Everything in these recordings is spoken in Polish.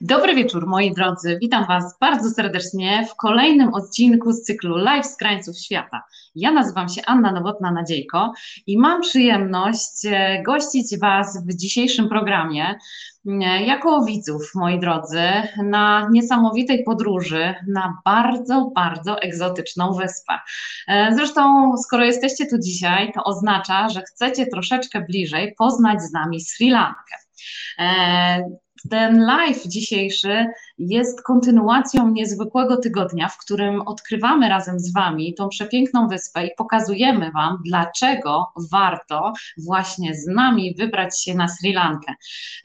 Dobry wieczór, moi drodzy. Witam Was bardzo serdecznie w kolejnym odcinku z cyklu Live z krańców świata. Ja nazywam się Anna Nowotna-Nadziejko i mam przyjemność gościć Was w dzisiejszym programie jako widzów, moi drodzy, na niesamowitej podróży na bardzo, bardzo egzotyczną wyspę. Zresztą, skoro jesteście tu dzisiaj, to oznacza, że chcecie troszeczkę bliżej poznać z nami Sri Lankę. Ten live dzisiejszy jest kontynuacją niezwykłego tygodnia, w którym odkrywamy razem z Wami tą przepiękną wyspę i pokazujemy Wam, dlaczego warto właśnie z nami wybrać się na Sri Lankę.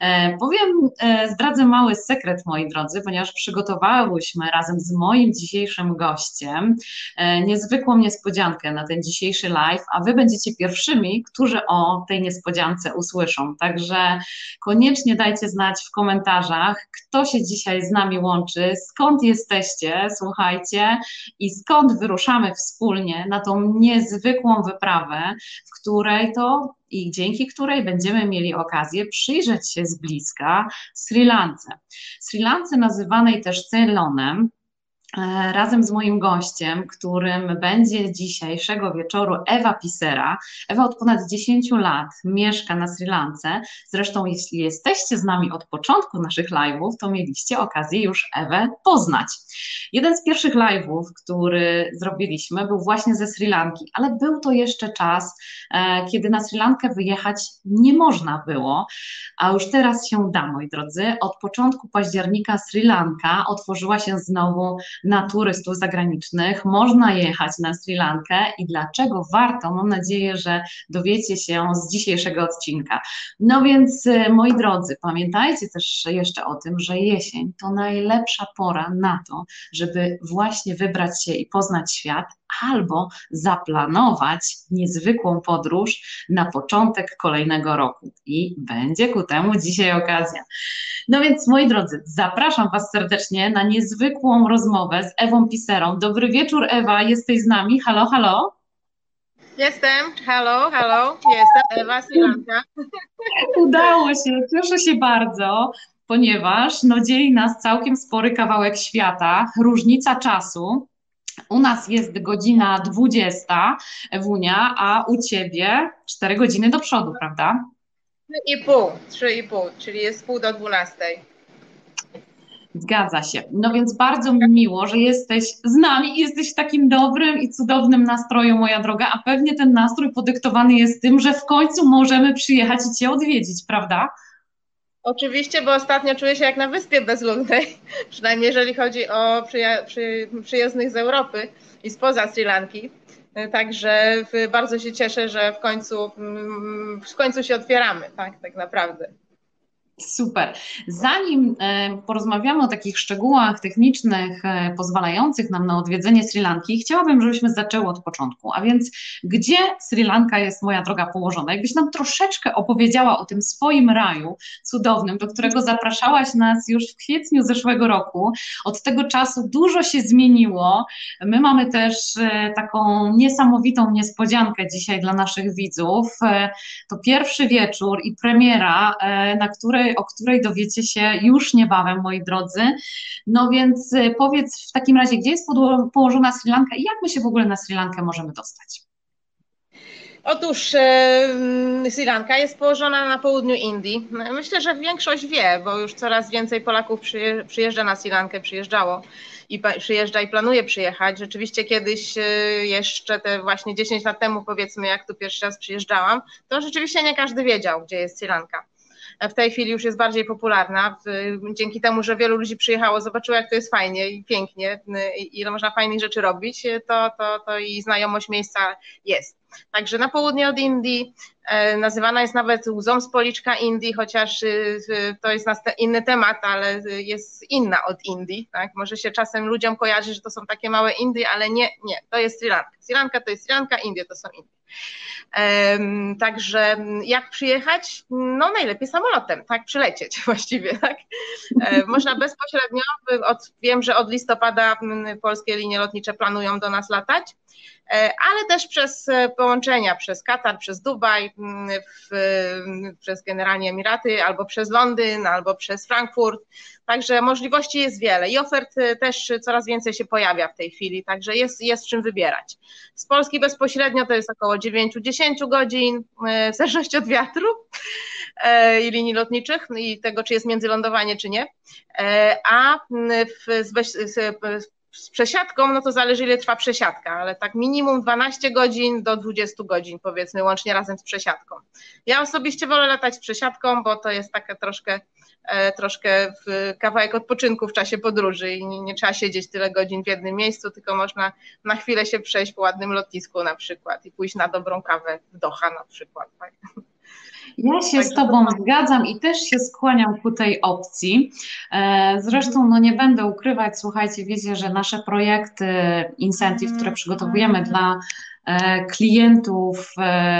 Zdradzę mały sekret, moi drodzy, ponieważ przygotowałyśmy razem z moim dzisiejszym gościem niezwykłą niespodziankę na ten dzisiejszy live, a Wy będziecie pierwszymi, którzy o tej niespodziance usłyszą. Także koniecznie dajcie znać w komentarzach, kto się dzisiaj z nami łączy, skąd jesteście, słuchajcie, i skąd wyruszamy wspólnie na tą niezwykłą wyprawę, w której to i dzięki której będziemy mieli okazję przyjrzeć się z bliska Sri Lance. Sri Lance nazywanej też Ceylonem. Razem z moim gościem, którym będzie dzisiejszego wieczoru Ewa Pisera. Ewa od ponad 10 lat mieszka na Sri Lance. Zresztą jeśli jesteście z nami od początku naszych live'ów, to mieliście okazję już Ewę poznać. Jeden z pierwszych live'ów, który zrobiliśmy, był właśnie ze Sri Lanki, ale był to jeszcze czas, kiedy na Sri Lankę wyjechać nie można było, a już teraz się da, moi drodzy. Od początku października Sri Lanka otworzyła się znowu na turystów zagranicznych, można jechać na Sri Lankę i dlaczego warto, mam nadzieję, że dowiecie się z dzisiejszego odcinka. No więc moi drodzy, pamiętajcie też jeszcze o tym, że jesień to najlepsza pora na to, żeby właśnie wybrać się i poznać świat, albo zaplanować niezwykłą podróż na początek kolejnego roku. I będzie ku temu dzisiaj okazja. No więc, moi drodzy, zapraszam Was serdecznie na niezwykłą rozmowę z Ewą Piserą. Dobry wieczór, Ewa, jesteś z nami? Halo, halo? Jestem, halo, jestem Ewa Sri Lanka. Udało się, cieszę się bardzo, ponieważ dzieli nas całkiem spory kawałek świata, różnica czasu. U nas jest godzina 20, Ewunia, a u Ciebie 4 godziny do przodu, prawda? 3,5, czyli jest pół do 12. Zgadza się. No więc bardzo mi miło, że jesteś z nami i jesteś w takim dobrym i cudownym nastroju, moja droga, a pewnie ten nastrój podyktowany jest tym, że w końcu możemy przyjechać i Cię odwiedzić, prawda? Oczywiście, bo ostatnio czuję się jak na wyspie bezludnej, przynajmniej jeżeli chodzi o przyjezdnych z Europy i spoza Sri Lanki. Także bardzo się cieszę, że w końcu się otwieramy, tak naprawdę. Super. Zanim porozmawiamy o takich szczegółach technicznych pozwalających nam na odwiedzenie Sri Lanki, chciałabym, żebyśmy zaczęły od początku. A więc gdzie Sri Lanka jest, moja droga, położona? Jakbyś nam troszeczkę opowiedziała o tym swoim raju cudownym, do którego zapraszałaś nas już w kwietniu zeszłego roku. Od tego czasu dużo się zmieniło. My mamy też taką niesamowitą niespodziankę dzisiaj dla naszych widzów. To pierwszy wieczór i premiera, o której dowiecie się już niebawem, moi drodzy. No więc powiedz w takim razie, gdzie jest położona Sri Lanka i jak my się w ogóle na Sri Lankę możemy dostać? Otóż Sri Lanka jest położona na południu Indii. Myślę, że większość wie, bo już coraz więcej Polaków przyjeżdża na Sri Lankę, przyjeżdżało i przyjeżdża i planuje przyjechać. Rzeczywiście kiedyś jeszcze te właśnie 10 lat temu, powiedzmy, jak tu pierwszy raz przyjeżdżałam, to rzeczywiście nie każdy wiedział, gdzie jest Sri Lanka. W tej chwili już jest bardziej popularna, dzięki temu, że wielu ludzi przyjechało, zobaczyło, jak to jest fajnie i pięknie i ile można fajnych rzeczy robić, to i znajomość miejsca jest. Także na południe od Indii, nazywana jest nawet łzą z policzka Indii, chociaż to jest inny temat, ale jest inna od Indii. Tak? Może się czasem ludziom kojarzy, że to są takie małe Indie, ale nie, to jest Sri Lanka. Sri Lanka to jest Sri Lanka, Indie to są Indie. Także jak przyjechać? No najlepiej samolotem, tak, przylecieć właściwie, tak. Można bezpośrednio, wiem, że od listopada polskie linie lotnicze planują do nas latać, ale też przez połączenia, przez Katar, przez Dubaj, przez generalnie Emiraty, albo przez Londyn, albo przez Frankfurt. Także możliwości jest wiele i ofert też coraz więcej się pojawia w tej chwili, także jest czym wybierać. Z Polski bezpośrednio to jest około 9-10 godzin, w zależności od wiatru i linii lotniczych i tego, czy jest międzylądowanie, czy nie. A z przesiadką, no to zależy, ile trwa przesiadka, ale tak minimum 12 godzin do 20 godzin, powiedzmy, łącznie razem z przesiadką. Ja osobiście wolę latać z przesiadką, bo to jest taka troszkę kawałek odpoczynku w czasie podróży i nie trzeba siedzieć tyle godzin w jednym miejscu, tylko można na chwilę się przejść po ładnym lotnisku na przykład i pójść na dobrą kawę w Doha na przykład. Tak? Ja się z Tobą zgadzam i też się skłaniam ku tej opcji. Zresztą no nie będę ukrywać, słuchajcie, wiecie, że nasze projekty incentive, które przygotowujemy dla klientów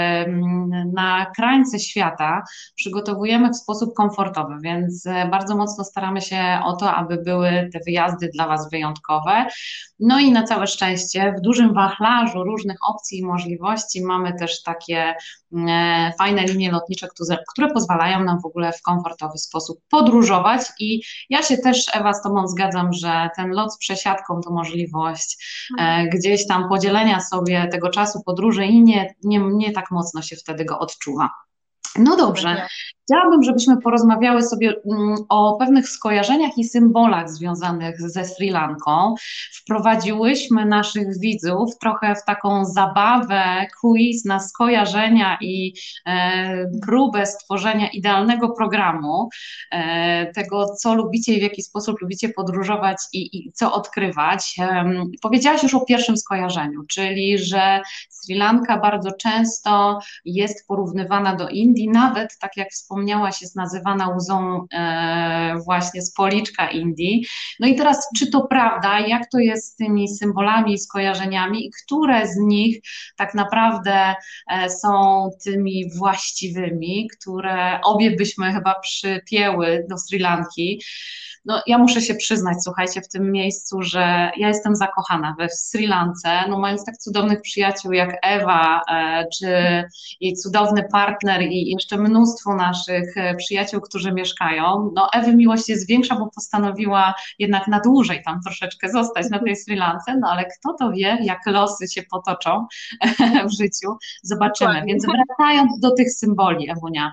na krańce świata, przygotowujemy w sposób komfortowy, więc bardzo mocno staramy się o to, aby były te wyjazdy dla Was wyjątkowe. No i na całe szczęście w dużym wachlarzu różnych opcji i możliwości mamy też takie fajne linie lotnicze, które pozwalają nam w ogóle w komfortowy sposób podróżować i ja się też, Ewa, z Tobą zgadzam, że ten lot z przesiadką to możliwość gdzieś tam podzielenia sobie tego czasu podróży i nie tak mocno się wtedy go odczuwa. No dobrze, chciałabym, żebyśmy porozmawiały sobie o pewnych skojarzeniach i symbolach związanych ze Sri Lanką. Wprowadziłyśmy naszych widzów trochę w taką zabawę, quiz na skojarzenia i próbę stworzenia idealnego programu, tego co lubicie i w jaki sposób lubicie podróżować i co odkrywać. Powiedziałaś już o pierwszym skojarzeniu, czyli że Sri Lanka bardzo często jest porównywana do Indii, nawet tak jak wspomniałaś, jest nazywana łzą właśnie z policzka Indii. No i teraz, czy to prawda, jak to jest z tymi symbolami i skojarzeniami i które z nich tak naprawdę są tymi właściwymi, które obie byśmy chyba przypięły do Sri Lanki? No, ja muszę się przyznać, słuchajcie, w tym miejscu, że ja jestem zakochana we Sri Lance, no mając tak cudownych przyjaciół jak Ewa, czy jej cudowny partner i jeszcze mnóstwo naszych przyjaciół, którzy mieszkają. No Ewy miłość jest większa, bo postanowiła jednak na dłużej tam troszeczkę zostać na tej Sri Lance, no ale kto to wie, jak losy się potoczą w życiu, zobaczymy. Dokładnie. Więc wracając do tych symboli, Ewunia,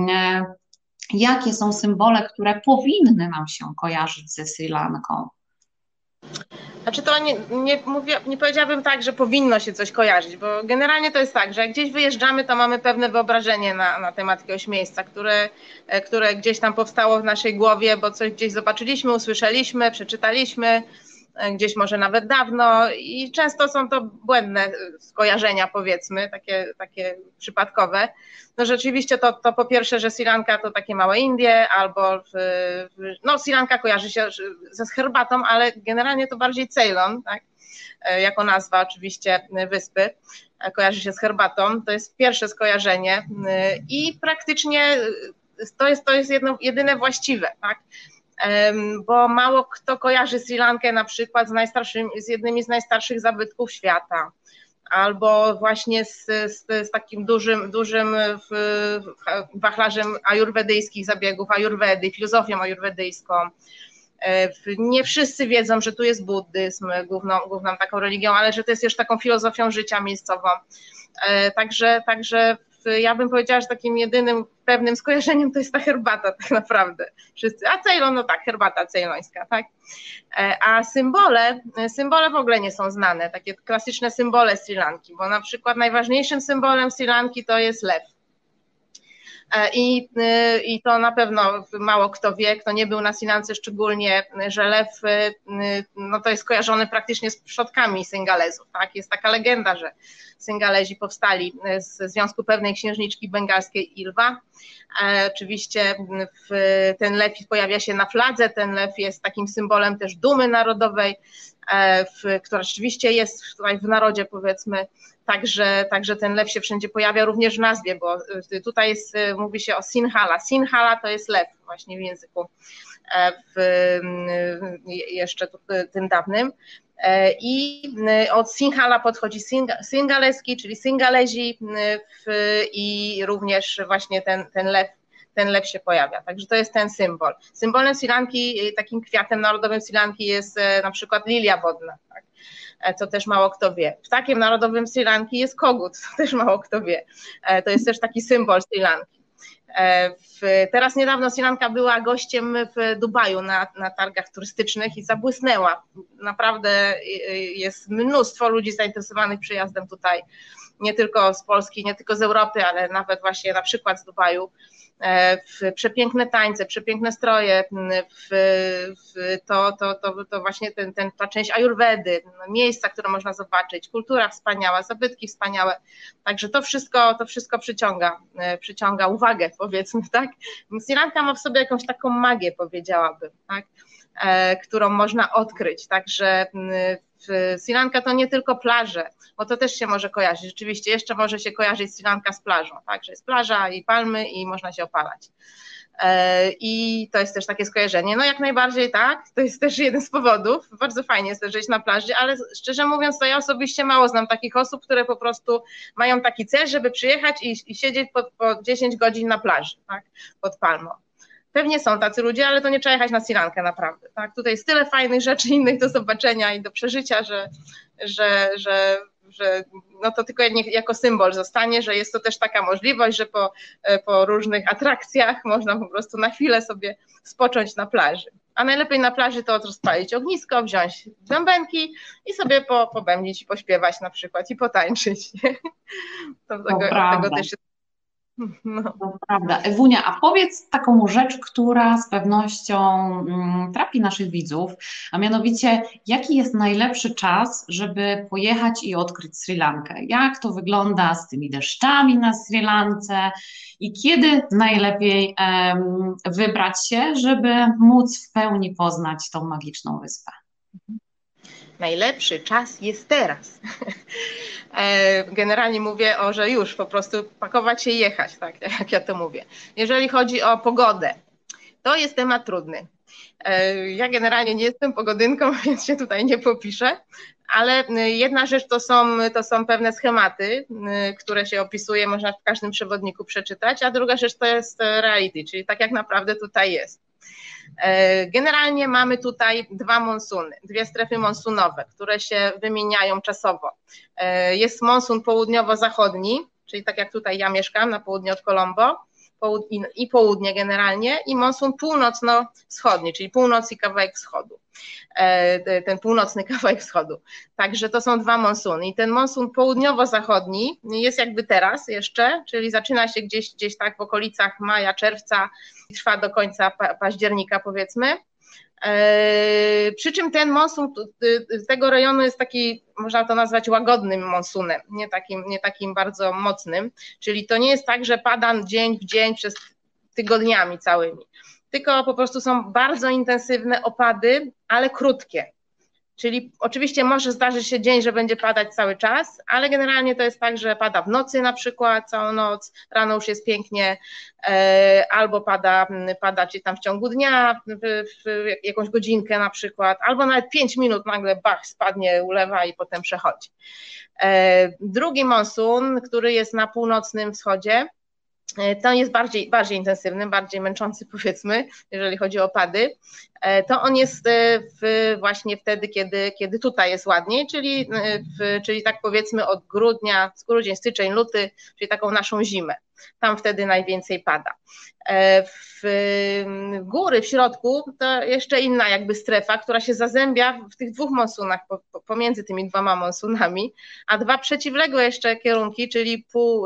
jakie są symbole, które powinny nam się kojarzyć ze Sri Lanką? Znaczy to nie powiedziałabym tak, że powinno się coś kojarzyć, bo generalnie to jest tak, że jak gdzieś wyjeżdżamy, to mamy pewne wyobrażenie na temat jakiegoś miejsca, które gdzieś tam powstało w naszej głowie, bo coś gdzieś zobaczyliśmy, usłyszeliśmy, przeczytaliśmy, gdzieś może nawet dawno i często są to błędne skojarzenia, powiedzmy, takie przypadkowe. No rzeczywiście to po pierwsze, że Sri Lanka to takie małe Indie, albo no Sri Lanka kojarzy się ze herbatą, ale generalnie to bardziej Ceylon, tak? Jako nazwa oczywiście wyspy, kojarzy się z herbatą, to jest pierwsze skojarzenie i praktycznie to jest jedyne właściwe, tak? Bo mało kto kojarzy Sri Lankę na przykład z jednymi z najstarszych zabytków świata, albo właśnie z takim dużym wachlarzem ajurwedyjskich zabiegów, ajurwedy, filozofią ajurwedyjską. Nie wszyscy wiedzą, że tu jest buddyzm, główną taką religią, ale że to jest już taką filozofią życia miejscową. Także ja bym powiedziała, że takim jedynym pewnym skojarzeniem to jest ta herbata tak naprawdę. Wszyscy, a Ceylon, no tak, herbata ceylońska, tak? A symbole w ogóle nie są znane, takie klasyczne symbole Sri Lanki, bo na przykład najważniejszym symbolem Sri Lanki to jest lew. I to na pewno mało kto wie, kto nie był na Sri Lance szczególnie, że lew no to jest kojarzony praktycznie z przodkami Syngalezów. Tak? Jest taka legenda, że Syngalezi powstali z związku pewnej księżniczki bengalskiej i lwa. Oczywiście ten lew pojawia się na fladze, ten lew jest takim symbolem też dumy narodowej, która rzeczywiście jest tutaj w narodzie, powiedzmy. Także ten lew się wszędzie pojawia, również w nazwie, bo tutaj mówi się o Sinhala. Sinhala to jest lew właśnie w języku jeszcze tym dawnym. I od Sinhala podchodzi Singaleski, czyli Singalezi i również właśnie ten lew się pojawia. Także to jest ten symbol. Symbolem Sri Lanki, takim kwiatem narodowym Sri Lanki jest na przykład lilia wodna, tak? Co też mało kto wie. Ptakiem narodowym Sri Lanki jest kogut, co też mało kto wie. To jest też taki symbol Sri Lanki. Teraz niedawno Sri Lanka była gościem w Dubaju na targach turystycznych i zabłysnęła. Naprawdę jest mnóstwo ludzi zainteresowanych przyjazdem tutaj, nie tylko z Polski, nie tylko z Europy, ale nawet właśnie na przykład z Dubaju. Przepiękne tańce, przepiękne stroje, to właśnie ta część ajurwedy, miejsca, które można zobaczyć, kultura wspaniała, zabytki wspaniałe, także to wszystko przyciąga uwagę, powiedzmy, tak? Sri Lanka ma w sobie jakąś taką magię, powiedziałabym, tak? Którą można odkryć, także Sri Lanka to nie tylko plaże, bo to też się może kojarzyć, rzeczywiście jeszcze może się kojarzyć Sri Lanka z plażą, tak, że jest plaża i palmy i można się opalać. I to jest też takie skojarzenie, no jak najbardziej tak, to jest też jeden z powodów, bardzo fajnie jest leżeć na plaży, ale szczerze mówiąc to ja osobiście mało znam takich osób, które po prostu mają taki cel, żeby przyjechać i siedzieć po 10 godzin na plaży, tak, pod palmą. Pewnie są tacy ludzie, ale to nie trzeba jechać na Sri Lankę naprawdę, tak? Tutaj jest tyle fajnych rzeczy innych do zobaczenia i do przeżycia, że no to tylko jako symbol zostanie, że jest to też taka możliwość, że po różnych atrakcjach można po prostu na chwilę sobie spocząć na plaży. A najlepiej na plaży to rozpalić ognisko, wziąć bębenki i sobie pobębnić i pośpiewać na przykład i potańczyć. Tego też jest. No. To prawda. Ewunia, a powiedz taką rzecz, która z pewnością trapi naszych widzów, a mianowicie jaki jest najlepszy czas, żeby pojechać i odkryć Sri Lankę? Jak to wygląda z tymi deszczami na Sri Lance i kiedy najlepiej wybrać się, żeby móc w pełni poznać tą magiczną wyspę? Najlepszy czas jest teraz. Generalnie mówię że już po prostu pakować się i jechać, tak jak ja to mówię. Jeżeli chodzi o pogodę, to jest temat trudny. Ja generalnie nie jestem pogodynką, więc się tutaj nie popiszę, ale jedna rzecz to są pewne schematy, które się opisuje, można w każdym przewodniku przeczytać, a druga rzecz to jest reality, czyli tak jak naprawdę tutaj jest. Generalnie mamy tutaj dwie strefy monsunowe, które się wymieniają czasowo. Jest monsun południowo-zachodni, czyli tak jak tutaj ja mieszkam na południe od Colombo i południe generalnie, i monsun północno-wschodni, czyli północ i kawałek wschodu. Ten północny kawałek wschodu. Także to są dwa monsuny i ten monsun południowo-zachodni jest jakby teraz jeszcze, czyli zaczyna się gdzieś tak w okolicach maja, czerwca i trwa do końca października powiedzmy. Przy czym ten monsun tego rejonu jest taki, można to nazwać łagodnym monsunem, nie takim bardzo mocnym, czyli to nie jest tak, że pada dzień w dzień przez tygodniami całymi, tylko po prostu są bardzo intensywne opady, ale krótkie. Czyli oczywiście może zdarzyć się dzień, że będzie padać cały czas, ale generalnie to jest tak, że pada w nocy na przykład całą noc, rano już jest pięknie, albo pada czy tam w ciągu dnia, w jakąś godzinkę na przykład, albo nawet 5 minut nagle bach, spadnie, ulewa i potem przechodzi. Drugi monsun, który jest na północnym wschodzie, to jest bardziej intensywny, bardziej męczący powiedzmy, jeżeli chodzi o opady, to on jest właśnie wtedy, kiedy tutaj jest ładniej, czyli tak powiedzmy od grudzień, styczeń, luty, czyli taką naszą zimę. Tam wtedy najwięcej pada. W góry w środku to jeszcze inna jakby strefa, która się zazębia w tych dwóch monsunach, pomiędzy tymi dwoma monsunami, a dwa przeciwległe jeszcze kierunki, czyli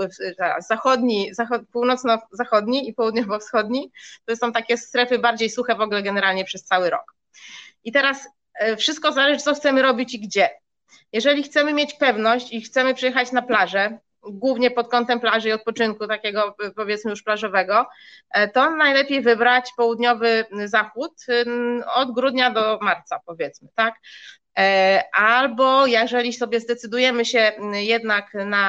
północno-zachodni i południowo-wschodni, to są takie strefy bardziej suche w ogóle generalnie przez cały rok. I teraz wszystko zależy, co chcemy robić i gdzie. Jeżeli chcemy mieć pewność i chcemy przyjechać na plażę, głównie pod kątem plaży i odpoczynku takiego powiedzmy już plażowego, to najlepiej wybrać południowy zachód od grudnia do marca powiedzmy, tak? Albo jeżeli sobie zdecydujemy się jednak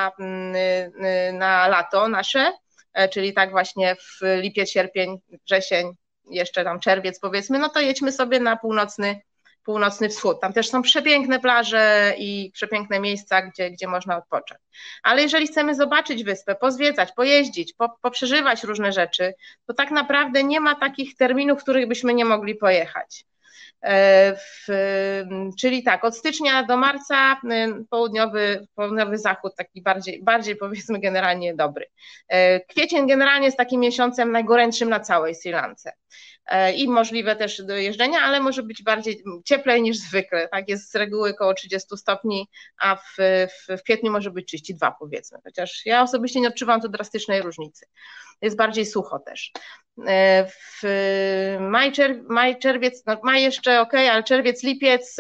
na lato nasze, czyli tak właśnie w lipiec, sierpień, wrzesień, jeszcze tam czerwiec powiedzmy, no to jedźmy sobie na północny północny wschód. Tam też są przepiękne plaże i przepiękne miejsca, gdzie można odpocząć. Ale jeżeli chcemy zobaczyć wyspę, pozwiedzać, pojeździć, poprzeżywać różne rzeczy, to tak naprawdę nie ma takich terminów, w których byśmy nie mogli pojechać. Czyli tak, od stycznia do marca południowy zachód, taki bardziej powiedzmy generalnie dobry. Kwiecień generalnie jest takim miesiącem najgorętszym na całej Sri Lance. I możliwe też do jeżdżenia, ale może być bardziej cieplej niż zwykle. Tak, jest z reguły około 30 stopni, a w kwietniu może być 32 powiedzmy, chociaż ja osobiście nie odczuwam tu drastycznej różnicy. Jest bardziej sucho też. W czerwiec, no maj jeszcze ok, ale czerwiec, lipiec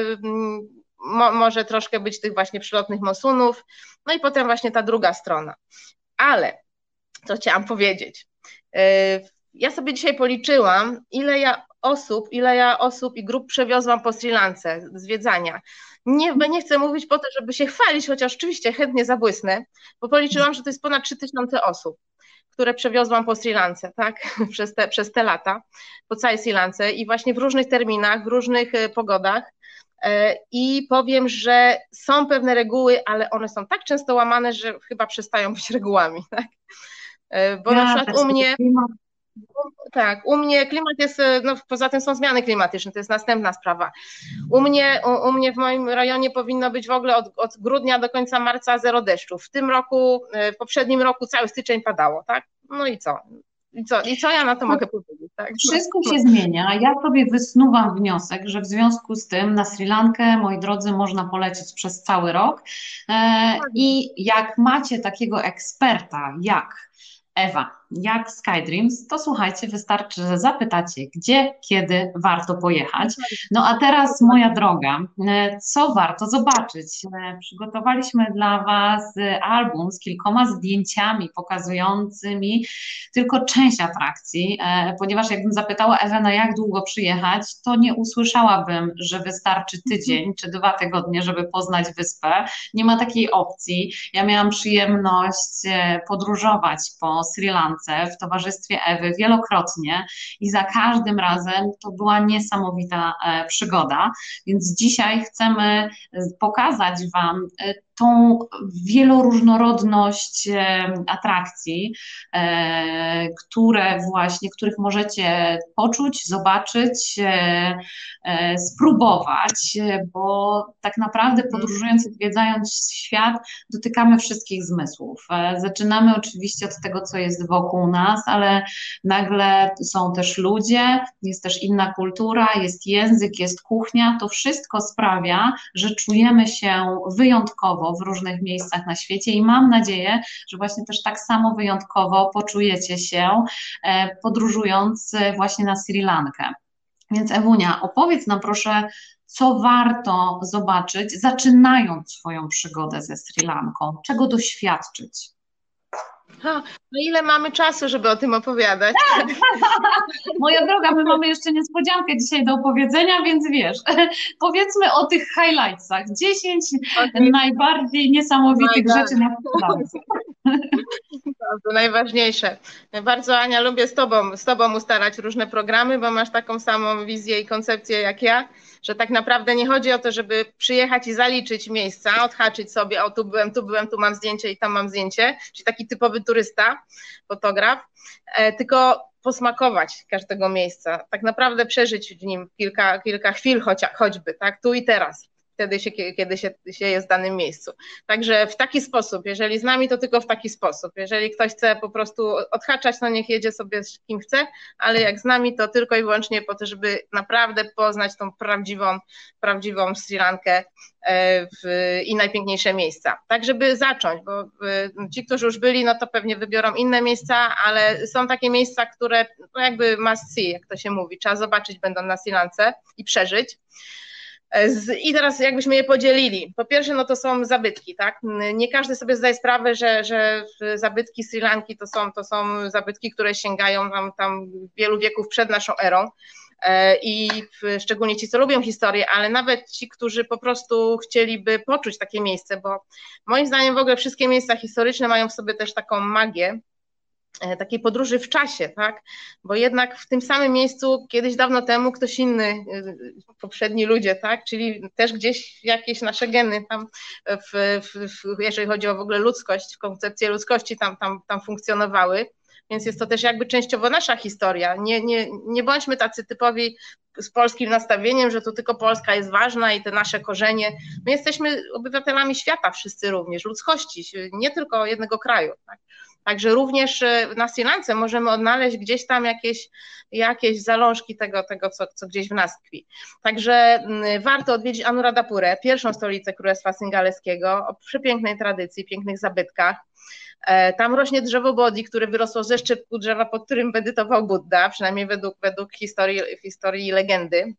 może troszkę być tych właśnie przelotnych monsunów, no i potem właśnie ta druga strona. Ale, co chciałam powiedzieć, ja sobie dzisiaj policzyłam, ile ja osób i grup przewiozłam po Sri Lance, zwiedzania. Nie chcę mówić po to, żeby się chwalić, chociaż oczywiście chętnie zabłysnę, bo policzyłam, że to jest ponad 3000 osób, które przewiozłam po Sri Lance, tak, przez te lata, po całej Sri Lance i właśnie w różnych terminach, w różnych pogodach. I powiem, że są pewne reguły, ale one są tak często łamane, że chyba przestają być regułami, tak? Bo na przykład u mnie klimat jest, no poza tym są zmiany klimatyczne, to jest następna sprawa. U mnie w moim rejonie powinno być w ogóle od grudnia do końca marca 0 deszczu. W tym roku, w poprzednim roku cały styczeń padało, tak? No i co? I co ja na to mogę powiedzieć? Tak? Wszystko się zmienia. Ja sobie wysnuwam wniosek, że w związku z tym na Sri Lankę, moi drodzy, można polecieć przez cały rok. I jak macie takiego eksperta jak Ewa, jak SkyDreams, to słuchajcie, wystarczy, że zapytacie, gdzie, kiedy warto pojechać. No a teraz, moja droga, co warto zobaczyć? Przygotowaliśmy dla Was album z kilkoma zdjęciami pokazującymi tylko część atrakcji, ponieważ jakbym zapytała Ewę, na jak długo przyjechać, to nie usłyszałabym, że wystarczy tydzień czy 2 tygodnie, żeby poznać wyspę. Nie ma takiej opcji. Ja miałam przyjemność podróżować po Sri Lance w towarzystwie Ewy wielokrotnie i za każdym razem to była niesamowita przygoda, więc dzisiaj chcemy pokazać Wam tą wieloróżnorodność atrakcji, których możecie poczuć, zobaczyć, spróbować, bo tak naprawdę podróżując, zwiedzając świat, dotykamy wszystkich zmysłów. Zaczynamy oczywiście od tego, co jest wokół nas, ale nagle są też ludzie, jest też inna kultura, jest język, jest kuchnia. To wszystko sprawia, że czujemy się wyjątkowo w różnych miejscach na świecie i mam nadzieję, że właśnie też tak samo wyjątkowo poczujecie się podróżując właśnie na Sri Lankę. Więc Ewunia, opowiedz nam proszę, co warto zobaczyć, zaczynając swoją przygodę ze Sri Lanką, czego doświadczyć? No ile mamy czasu, żeby o tym opowiadać? Moja droga, my mamy jeszcze niespodziankę dzisiaj do opowiedzenia, więc wiesz, powiedzmy o tych highlightsach. 10 najbardziej niesamowitych rzeczy na Sri. To najważniejsze. Bardzo, Ania, lubię z tobą ustalać różne programy, bo masz taką samą wizję i koncepcję jak ja, że tak naprawdę nie chodzi o to, żeby przyjechać i zaliczyć miejsca, odhaczyć sobie, o tu byłem, tu mam zdjęcie i tam mam zdjęcie, czyli taki typowy turysta, fotograf, tylko posmakować każdego miejsca, tak naprawdę przeżyć w nim kilka chwil choćby, tak, tu i teraz. Wtedy kiedy się jest w danym miejscu. Także w taki sposób, jeżeli z nami, to tylko w taki sposób. Jeżeli ktoś chce po prostu odhaczać, to niech jedzie sobie z kim chce, ale jak z nami, to tylko i wyłącznie po to, żeby naprawdę poznać tą prawdziwą Sri Lankę i najpiękniejsze miejsca. Tak, żeby zacząć, bo ci, którzy już byli, no to pewnie wybiorą inne miejsca, ale są takie miejsca, które no jakby must see, jak to się mówi, trzeba zobaczyć będą na Sri Lance i przeżyć. I teraz jakbyśmy je podzielili. Po pierwsze, no to są zabytki, tak? Nie każdy sobie zdaje sprawę, że zabytki Sri Lanki to są zabytki, które sięgają tam wielu wieków przed naszą erą. I szczególnie ci, co lubią historię, ale nawet ci, którzy po prostu chcieliby poczuć takie miejsce, bo moim zdaniem w ogóle wszystkie miejsca historyczne mają w sobie też taką magię, takiej podróży w czasie, tak? Bo jednak w tym samym miejscu kiedyś dawno temu ktoś inny, poprzedni ludzie, tak? Czyli też gdzieś jakieś nasze geny tam, jeżeli chodzi o w ogóle ludzkość, koncepcję ludzkości tam funkcjonowały. Więc jest to też jakby częściowo nasza historia. Nie bądźmy tacy typowi z polskim nastawieniem, że to tylko Polska jest ważna i te nasze korzenie. My jesteśmy obywatelami świata wszyscy również, ludzkości, nie tylko jednego kraju. Tak? Także również na Sri Lance możemy odnaleźć gdzieś tam jakieś zalążki tego co gdzieś w nas tkwi. Także warto odwiedzić Anuradhapurę, pierwszą stolicę Królestwa Singaleskiego, o przepięknej tradycji, pięknych zabytkach. Tam rośnie drzewo bodhi, które wyrosło ze szczytku drzewa, pod którym medytował Buddha, przynajmniej według historii i legendy.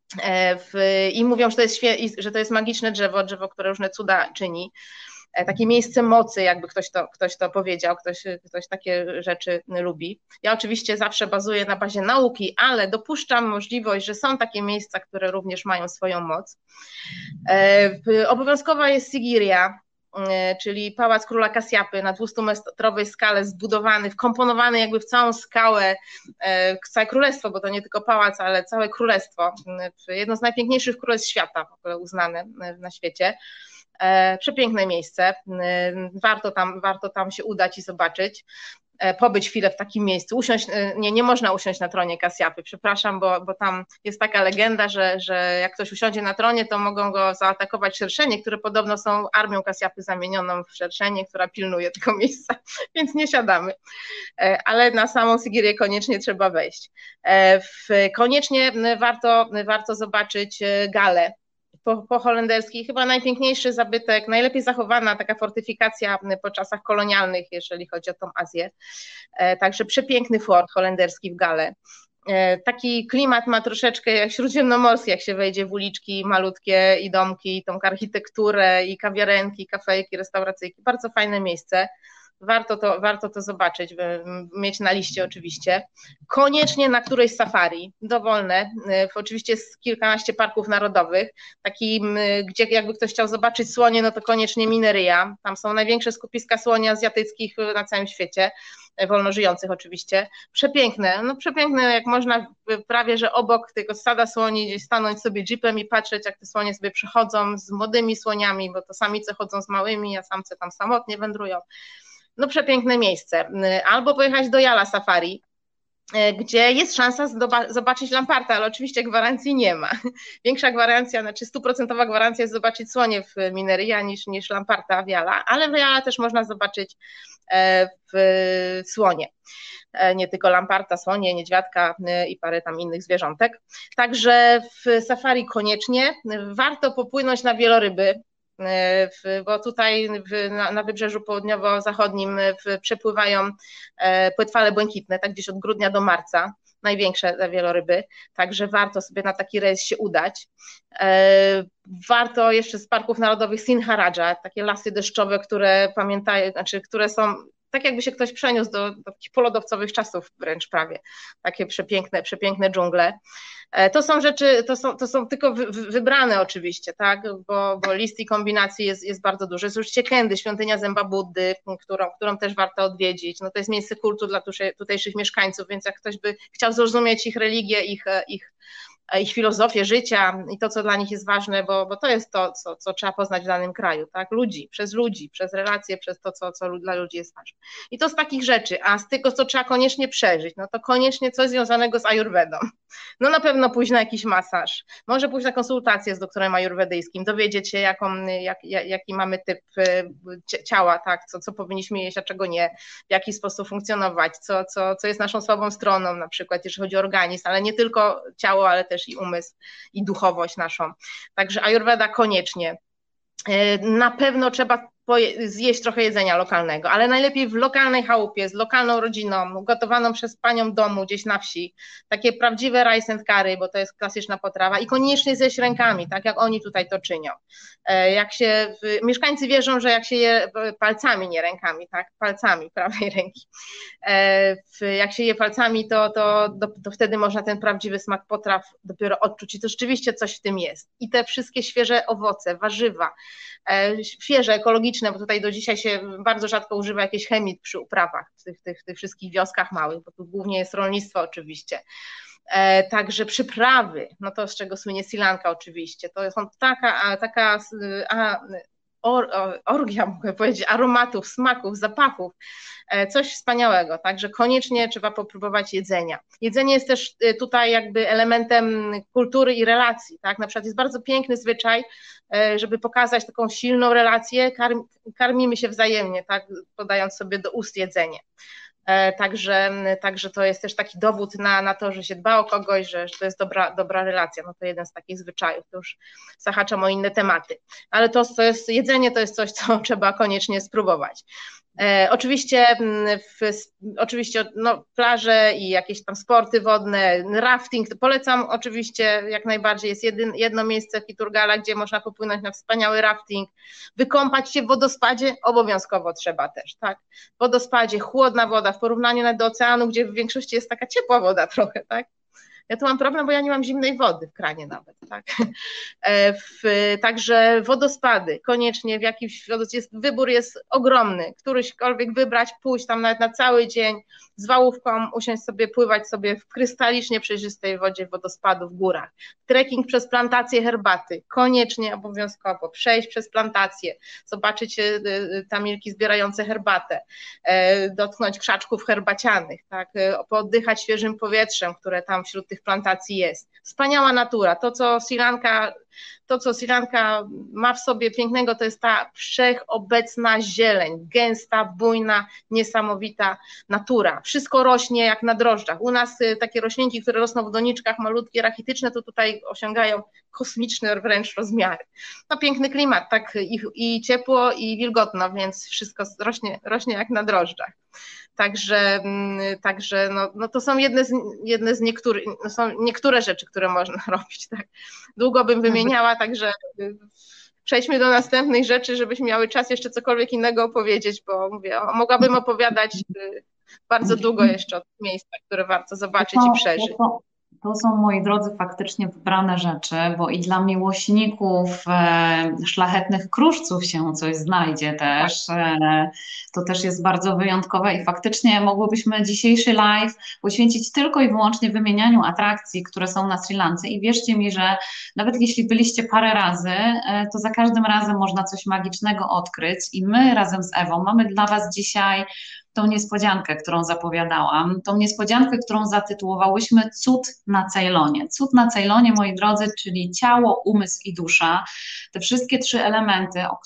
I mówią, że to jest magiczne drzewo, które różne cuda czyni. Takie miejsce mocy, jakby ktoś to powiedział, ktoś takie rzeczy lubi. Ja oczywiście zawsze bazuję na bazie nauki, ale dopuszczam możliwość, że są takie miejsca, które również mają swoją moc. Obowiązkowa jest Sigiriya, czyli Pałac Króla Kasyapy na 200-metrowej skale, zbudowany, wkomponowany jakby w całą skałę, całe królestwo, bo to nie tylko pałac, ale całe królestwo. Jedno z najpiękniejszych królestw świata, w ogóle uznane na świecie. Przepiękne miejsce, warto tam się udać i zobaczyć, pobyć chwilę w takim miejscu, usiąść, nie można usiąść na tronie Kasyapy, przepraszam, bo tam jest taka legenda, że jak ktoś usiądzie na tronie, to mogą go zaatakować szerszenie, które podobno są armią Kasyapy zamienioną w szerszenie, która pilnuje tego miejsca, więc nie siadamy, ale na samą Sigirię koniecznie trzeba wejść. Koniecznie warto zobaczyć Galę, po holenderskiej, chyba najpiękniejszy zabytek, najlepiej zachowana taka fortyfikacja po czasach kolonialnych, jeżeli chodzi o tą Azję. Także przepiękny fort holenderski w Gale. Taki klimat ma troszeczkę jak śródziemnomorski, jak się wejdzie w uliczki malutkie i domki, i tą architekturę, i kawiarenki, kafejki, restauracyjki. Bardzo fajne miejsce. Warto to zobaczyć, mieć na liście oczywiście. Koniecznie na którejś safari, dowolne. Oczywiście jest kilkanaście parków narodowych, gdzie jakby ktoś chciał zobaczyć słonie, no to koniecznie Mineryja. Tam są największe skupiska słoni azjatyckich na całym świecie, wolno żyjących oczywiście. Przepiękne, jak można prawie, że obok tego stada słoni gdzieś stanąć sobie jeepem i patrzeć, jak te słonie sobie przechodzą z młodymi słoniami, bo to samice chodzą z małymi, a samce tam samotnie wędrują. No przepiękne miejsce. Albo pojechać do Yala Safari, gdzie jest szansa zobaczyć lamparta, ale oczywiście gwarancji nie ma. Większa gwarancja, znaczy 100% gwarancja jest zobaczyć słonie w Mineryja niż lamparta w Yala, ale w Yala też można zobaczyć słonie. Nie tylko lamparta, słonie, niedźwiadka i parę tam innych zwierzątek. Także w safari koniecznie. Warto popłynąć na wieloryby, bo tutaj na wybrzeżu południowo-zachodnim przepływają płetwale błękitne, tak gdzieś od grudnia do marca, największe wieloryby, także warto sobie na taki rejs się udać. Warto jeszcze z parków narodowych Sinharaja, takie lasy deszczowe, które są tak jakby się ktoś przeniósł do takich polodowcowych czasów wręcz prawie, takie przepiękne dżungle. To są rzeczy, to są tylko wybrane oczywiście, tak, bo list i kombinacji jest bardzo dużo. Jest oczywiście Kendy, świątynia Zęba Buddy, którą też warto odwiedzić. No to jest miejsce kultu dla tutejszych mieszkańców, więc jak ktoś by chciał zrozumieć ich religię, ich filozofię życia i to, co dla nich jest ważne, bo to jest to, co trzeba poznać w danym kraju, tak? Ludzi, przez relacje, przez to, co dla ludzi jest ważne. I to z takich rzeczy, a z tego, co trzeba koniecznie przeżyć, no to koniecznie coś związanego z ajurwedą. No na pewno pójść na jakiś masaż, może pójść na konsultację z doktorem ajurwedyjskim, dowiedzieć się, jaki mamy typ ciała, tak? Co powinniśmy jeść, a czego nie, w jaki sposób funkcjonować, co jest naszą słabą stroną, na przykład, jeżeli chodzi o organizm, ale nie tylko ciało, ale też i umysł, i duchowość naszą. Także ajurweda koniecznie. Na pewno trzeba zjeść trochę jedzenia lokalnego, ale najlepiej w lokalnej chałupie, z lokalną rodziną, gotowaną przez panią domu gdzieś na wsi, takie prawdziwe rice and curry, bo to jest klasyczna potrawa i koniecznie zjeść rękami, tak jak oni tutaj to czynią. Mieszkańcy wierzą, że jak się je palcami, nie rękami, tak, palcami prawej ręki, jak się je palcami, to wtedy można ten prawdziwy smak potraw dopiero odczuć i to rzeczywiście coś w tym jest. I te wszystkie świeże owoce, warzywa, świeże, ekologiczne organiczne, bo tutaj do dzisiaj się bardzo rzadko używa jakiejś chemii przy uprawach w tych wszystkich wioskach małych, bo tu głównie jest rolnictwo oczywiście. Także przyprawy, no to z czego słynie Sri Lanka oczywiście, to są taka orgia, mogę powiedzieć, aromatów, smaków, zapachów, coś wspaniałego, także koniecznie trzeba popróbować jedzenia. Jedzenie jest też tutaj jakby elementem kultury i relacji, tak, na przykład jest bardzo piękny zwyczaj, żeby pokazać taką silną relację, karmimy się wzajemnie, tak, podając sobie do ust jedzenie. Także to jest też taki dowód na to, że się dba o kogoś, że to jest dobra relacja. No to jeden z takich zwyczajów, to już zahaczam o inne tematy. Ale to jest jedzenie, to jest coś, co trzeba koniecznie spróbować. Oczywiście no, plaże i jakieś tam sporty wodne, rafting, polecam oczywiście jak najbardziej, jest jedno miejsce w Kiturgala, gdzie można popłynąć na wspaniały rafting, wykąpać się w wodospadzie, obowiązkowo trzeba też, tak, w wodospadzie, chłodna woda w porównaniu do oceanu, gdzie w większości jest taka ciepła woda trochę, tak. Ja tu mam problem, bo ja nie mam zimnej wody w kranie nawet, tak. Także wodospady, koniecznie w jakimś, wybór jest ogromny, któryśkolwiek wybrać, pójść tam nawet na cały dzień z wałówką, usiąść sobie, pływać sobie w krystalicznie przejrzystej wodzie wodospadu w górach. Trekking przez plantacje herbaty, koniecznie, obowiązkowo, przejść przez plantacje, zobaczyć tamilki zbierające herbatę, dotknąć krzaczków herbacianych, tak, pooddychać świeżym powietrzem, które tam wśród tych plantacji jest. Wspaniała natura. To, co Sri Lanka ma w sobie pięknego, to jest ta wszechobecna zieleń, gęsta, bujna, niesamowita natura. Wszystko rośnie jak na drożdżach. U nas takie roślinki, które rosną w doniczkach malutkie, rachityczne, to tutaj osiągają kosmiczne wręcz rozmiary. No piękny klimat, tak i ciepło, i wilgotno, więc wszystko rośnie jak na drożdżach. Także no to są jedne z niektórych, no są niektóre rzeczy, które można robić. Tak. Długo bym wymieniała, także przejdźmy do następnych rzeczy, żebyśmy miały czas jeszcze cokolwiek innego opowiedzieć, bo mówię, mogłabym opowiadać bardzo długo jeszcze o tych miejscach, które warto zobaczyć i przeżyć. To są, moi drodzy, faktycznie wybrane rzeczy, bo i dla miłośników szlachetnych kruszców się coś znajdzie też. To też jest bardzo wyjątkowe i faktycznie mogłybyśmy dzisiejszy live poświęcić tylko i wyłącznie wymienianiu atrakcji, które są na Sri Lance i wierzcie mi, że nawet jeśli byliście parę razy, to za każdym razem można coś magicznego odkryć i my razem z Ewą mamy dla Was dzisiaj tą niespodziankę, którą zapowiadałam, tą niespodziankę, którą zatytułowałyśmy Cud na Ceylonie. Cud na Ceylonie, moi drodzy, czyli ciało, umysł i dusza. Te wszystkie trzy elementy, o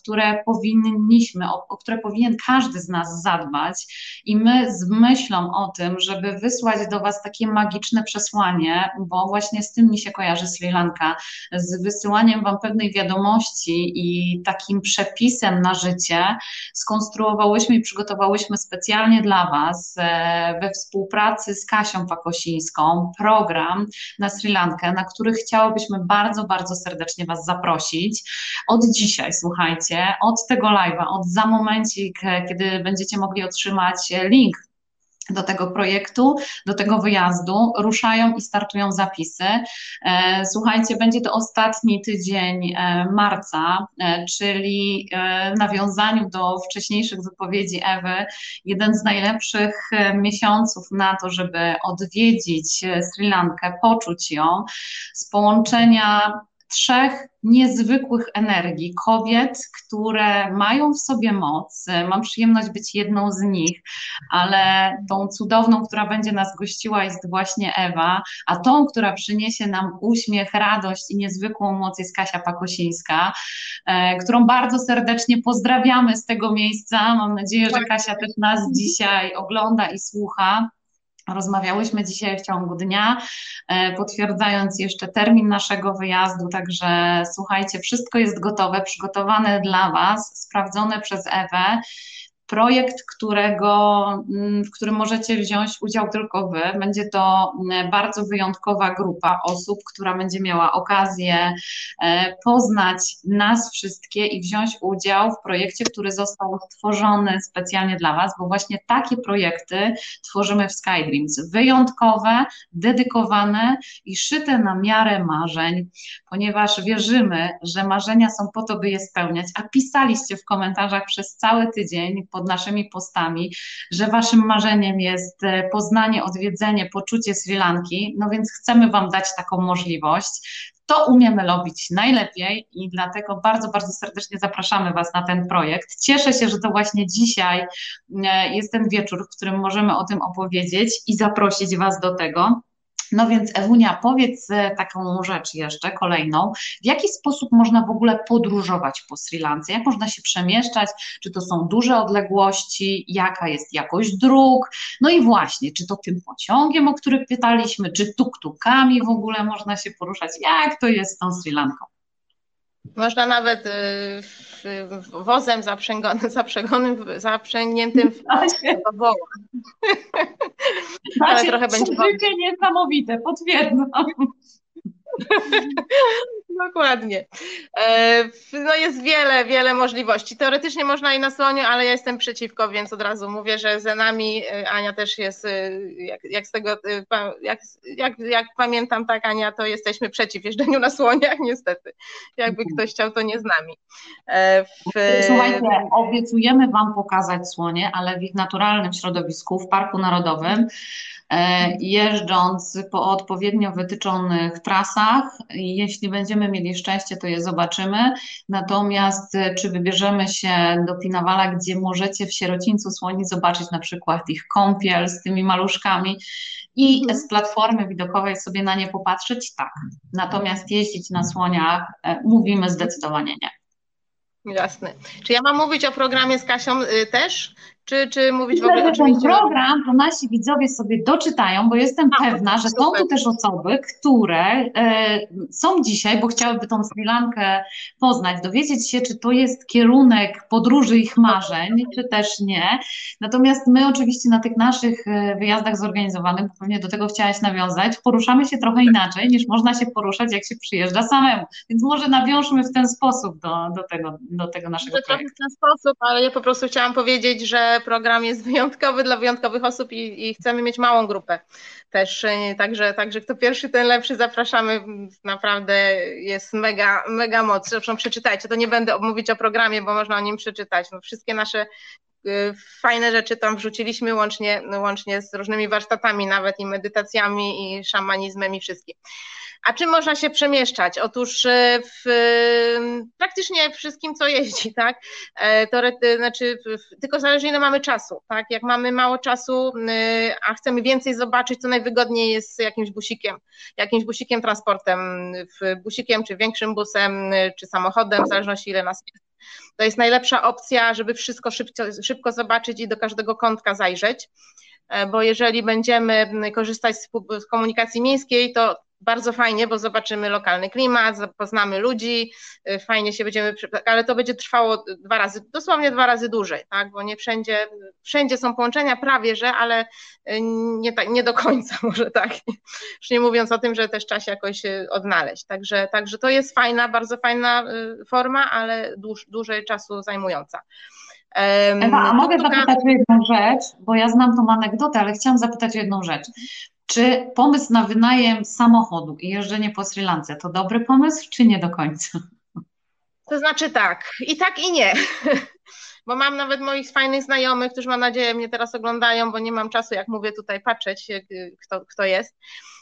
które powinien każdy z nas zadbać i my z myślą o tym, żeby wysłać do Was takie magiczne przesłanie, bo właśnie z tym mi się kojarzy Sri Lanka, z wysyłaniem Wam pewnej wiadomości i takim przepisem na życie, skonstruowałyśmy i przygotowałyśmy specjalnie dla Was we współpracy z Kasią Pakosińską program na Sri Lankę, na który chciałybyśmy bardzo, bardzo serdecznie Was zaprosić. Od dzisiaj, słuchajcie, od tego live'a, od za momencik, kiedy będziecie mogli otrzymać link do tego projektu, do tego wyjazdu, ruszają i startują zapisy. Słuchajcie, będzie to ostatni tydzień marca, czyli w nawiązaniu do wcześniejszych wypowiedzi Ewy, jeden z najlepszych miesiąców na to, żeby odwiedzić Sri Lankę, poczuć ją, z połączenia trzech niezwykłych energii, kobiet, które mają w sobie moc. Mam przyjemność być jedną z nich, ale tą cudowną, która będzie nas gościła, jest właśnie Ewa, a tą, która przyniesie nam uśmiech, radość i niezwykłą moc, jest Kasia Pakosińska, którą bardzo serdecznie pozdrawiamy z tego miejsca. Mam nadzieję, że Kasia też nas dzisiaj ogląda i słucha. Rozmawiałyśmy dzisiaj w ciągu dnia, potwierdzając jeszcze termin naszego wyjazdu, także słuchajcie, wszystko jest gotowe, przygotowane dla Was, sprawdzone przez Ewę. projekt, w którym możecie wziąć udział tylko Wy. Będzie to bardzo wyjątkowa grupa osób, która będzie miała okazję poznać nas wszystkie i wziąć udział w projekcie, który został stworzony specjalnie dla Was, bo właśnie takie projekty tworzymy w SkyDreams. Wyjątkowe, dedykowane i szyte na miarę marzeń, ponieważ wierzymy, że marzenia są po to, by je spełniać, a pisaliście w komentarzach przez cały tydzień pod naszymi postami, że Waszym marzeniem jest poznanie, odwiedzenie, poczucie Sri Lanki, no więc chcemy Wam dać taką możliwość. To umiemy robić najlepiej i dlatego bardzo, bardzo serdecznie zapraszamy Was na ten projekt. Cieszę się, że to właśnie dzisiaj jest ten wieczór, w którym możemy o tym opowiedzieć i zaprosić Was do tego. No więc Ewunia, powiedz taką rzecz jeszcze, kolejną. W jaki sposób można w ogóle podróżować po Sri Lance? Jak można się przemieszczać? Czy to są duże odległości? Jaka jest jakość dróg? No i właśnie, czy to tym pociągiem, o którym pytaliśmy, czy tuk-tukami w ogóle można się poruszać? Jak to jest z tą Sri Lanką? Można nawet wozem zaprzęgniętym w woła. Ale trochę będzie niesamowite, potwierdzam. Dokładnie. No jest wiele możliwości. Teoretycznie można i na słoniu, ale ja jestem przeciwko, więc od razu mówię, że za nami Ania też jest, jak pamiętam, tak Ania, to jesteśmy przeciw jeżdżeniu na słoniach, niestety. Jakby ktoś chciał, to nie z nami. Słuchajcie, obiecujemy Wam pokazać słonie, ale w ich naturalnym środowisku, w Parku Narodowym, jeżdżąc po odpowiednio wytyczonych trasach. Jeśli będziemy mieli szczęście, to je zobaczymy. Natomiast czy wybierzemy się do Pinawala, gdzie możecie w sierocińcu słoni zobaczyć na przykład ich kąpiel z tymi maluszkami i z platformy widokowej sobie na nie popatrzeć? Tak. Natomiast jeździć na słoniach mówimy zdecydowanie nie. Jasne. Czy ja mam mówić o programie z Kasią też? Czy mówić w Myślę, ogóle że ten oczywiście? program to nasi widzowie sobie doczytają, bo jestem pewna, że są tu też osoby, które są dzisiaj, bo chciałyby tą Sri Lankę poznać, dowiedzieć się, czy to jest kierunek podróży ich marzeń, czy też nie. Natomiast my oczywiście na tych naszych wyjazdach zorganizowanych, bo pewnie do tego chciałaś nawiązać, poruszamy się trochę inaczej, niż można się poruszać, jak się przyjeżdża samemu. Więc może nawiążmy w ten sposób do tego naszego projektu. W ten sposób, ale ja po prostu chciałam powiedzieć, że program jest wyjątkowy dla wyjątkowych osób i chcemy mieć małą grupę też, także kto pierwszy, ten lepszy, zapraszamy, naprawdę jest mega moc. Zresztą przeczytajcie, to nie będę mówić o programie, bo można o nim przeczytać. No, wszystkie nasze fajne rzeczy tam wrzuciliśmy, łącznie z różnymi warsztatami nawet i medytacjami i szamanizmem i wszystkim. A czym można się przemieszczać? Otóż praktycznie wszystkim, co jeździ, tak? Tylko zależy, ile mamy czasu, tak? Jak mamy mało czasu, a chcemy więcej zobaczyć, to najwygodniej jest jakimś busikiem, transportem, busikiem, czy większym busem, czy samochodem, w zależności ile nas jest. To jest najlepsza opcja, żeby wszystko szybko zobaczyć i do każdego kątka zajrzeć, bo jeżeli będziemy korzystać z komunikacji miejskiej, to bardzo fajnie, bo zobaczymy lokalny klimat, poznamy ludzi, fajnie się ale to będzie trwało dosłownie dwa razy dłużej, tak? Bo nie wszędzie są połączenia, prawie że, ale nie do końca może tak. Już nie mówiąc o tym, że też trzeba się jakoś odnaleźć. Także to jest bardzo fajna forma, ale dłużej czasu zajmująca. Ewa, a mogę zapytać o jedną rzecz, bo ja znam tą anegdotę, ale chciałam zapytać o jedną rzecz. Czy pomysł na wynajem samochodu i jeżdżenie po Sri Lance to dobry pomysł, czy nie do końca? To znaczy tak i nie, bo mam nawet moich fajnych znajomych, którzy mam nadzieję mnie teraz oglądają, bo nie mam czasu, jak mówię, tutaj patrzeć, kto jest.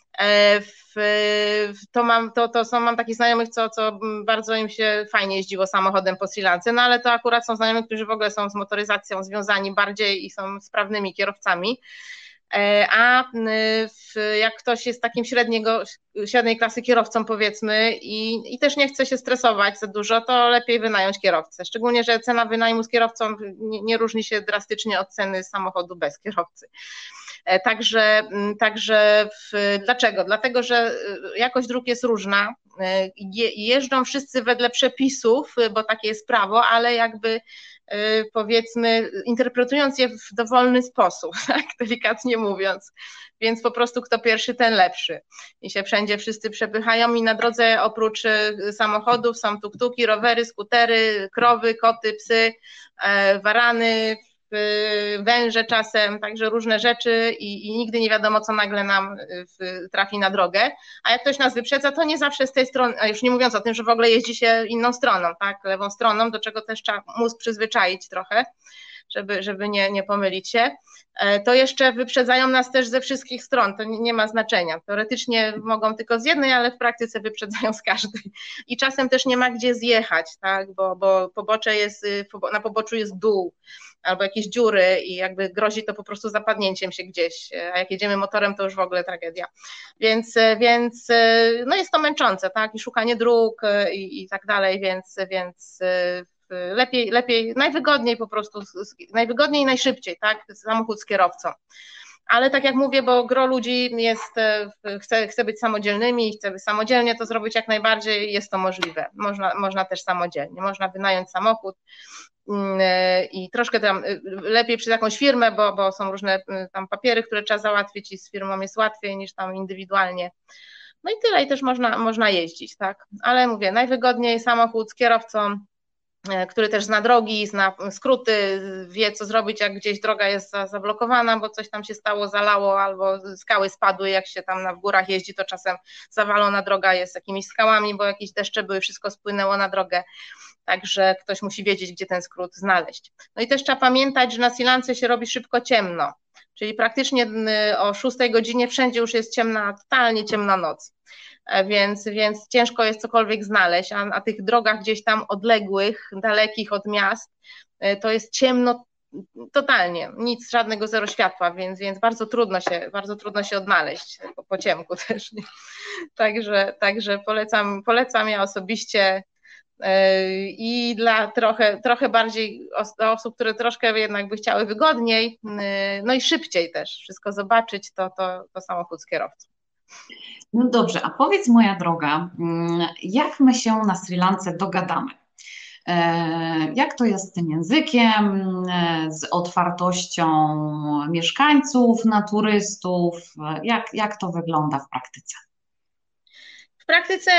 Mam takich znajomych, co bardzo im się fajnie jeździło samochodem po Sri Lance, no ale to akurat są znajomi, którzy w ogóle są z motoryzacją związani bardziej i są sprawnymi kierowcami. A jak ktoś jest takim średniej klasy kierowcą, powiedzmy, i też nie chce się stresować za dużo, to lepiej wynająć kierowcę. Szczególnie, że cena wynajmu z kierowcą nie różni się drastycznie od ceny samochodu bez kierowcy. Dlaczego? Dlatego, że jakość dróg jest różna jeżdżą wszyscy wedle przepisów, bo takie jest prawo, ale jakby powiedzmy interpretując je w dowolny sposób, tak, delikatnie mówiąc, więc po prostu kto pierwszy, ten lepszy i się wszędzie wszyscy przepychają i na drodze oprócz samochodów są tuktuki, rowery, skutery, krowy, koty, psy, warany, węże czasem, także różne rzeczy i nigdy nie wiadomo, co nagle nam trafi na drogę, a jak ktoś nas wyprzedza, to nie zawsze z tej strony, a już nie mówiąc o tym, że w ogóle jeździ się inną stroną, tak, lewą stroną, do czego też trzeba mózg przyzwyczaić trochę, żeby nie pomylić się, to jeszcze wyprzedzają nas też ze wszystkich stron, to nie ma znaczenia. Teoretycznie mogą tylko z jednej, ale w praktyce wyprzedzają z każdej. I czasem też nie ma gdzie zjechać, tak? bo pobocze jest, na poboczu jest dół albo jakieś dziury i jakby grozi to po prostu zapadnięciem się gdzieś, a jak jedziemy motorem, to już w ogóle tragedia. Więc no jest to męczące, tak? I szukanie dróg i tak dalej, więc lepiej, najwygodniej po prostu, najwygodniej i najszybciej, tak, samochód z kierowcą. Ale tak jak mówię, bo gro ludzi jest, chce być samodzielnymi i chce samodzielnie to zrobić jak najbardziej, jest to możliwe. Można też samodzielnie, można wynająć samochód i troszkę tam lepiej przez jakąś firmę, bo są różne tam papiery, które trzeba załatwić i z firmą jest łatwiej niż tam indywidualnie. No i tyle, i też można jeździć, tak. Ale mówię, najwygodniej samochód z kierowcą, który też zna drogi, zna skróty, wie co zrobić, jak gdzieś droga jest zablokowana, bo coś tam się stało, zalało albo skały spadły, jak się tam w górach jeździ, to czasem zawalona droga jest jakimiś skałami, bo jakieś deszcze były, wszystko spłynęło na drogę, także ktoś musi wiedzieć, gdzie ten skrót znaleźć. No i też trzeba pamiętać, że na Sri Lance się robi szybko ciemno, czyli praktycznie o 6 godzinie wszędzie już jest ciemna, totalnie ciemna noc. Więc ciężko jest cokolwiek znaleźć, a na tych drogach gdzieś tam odległych, dalekich od miast, to jest ciemno totalnie, nic, żadnego zero światła, więc bardzo trudno się odnaleźć po ciemku też. Nie? Także polecam ja osobiście i dla trochę bardziej osób, które troszkę jednak by chciały wygodniej, no i szybciej też wszystko zobaczyć, to samochód z kierowcą. No dobrze, a powiedz moja droga, jak my się na Sri Lance dogadamy? Jak to jest z tym językiem, z otwartością mieszkańców na turystów? Jak to wygląda w praktyce? W praktyce,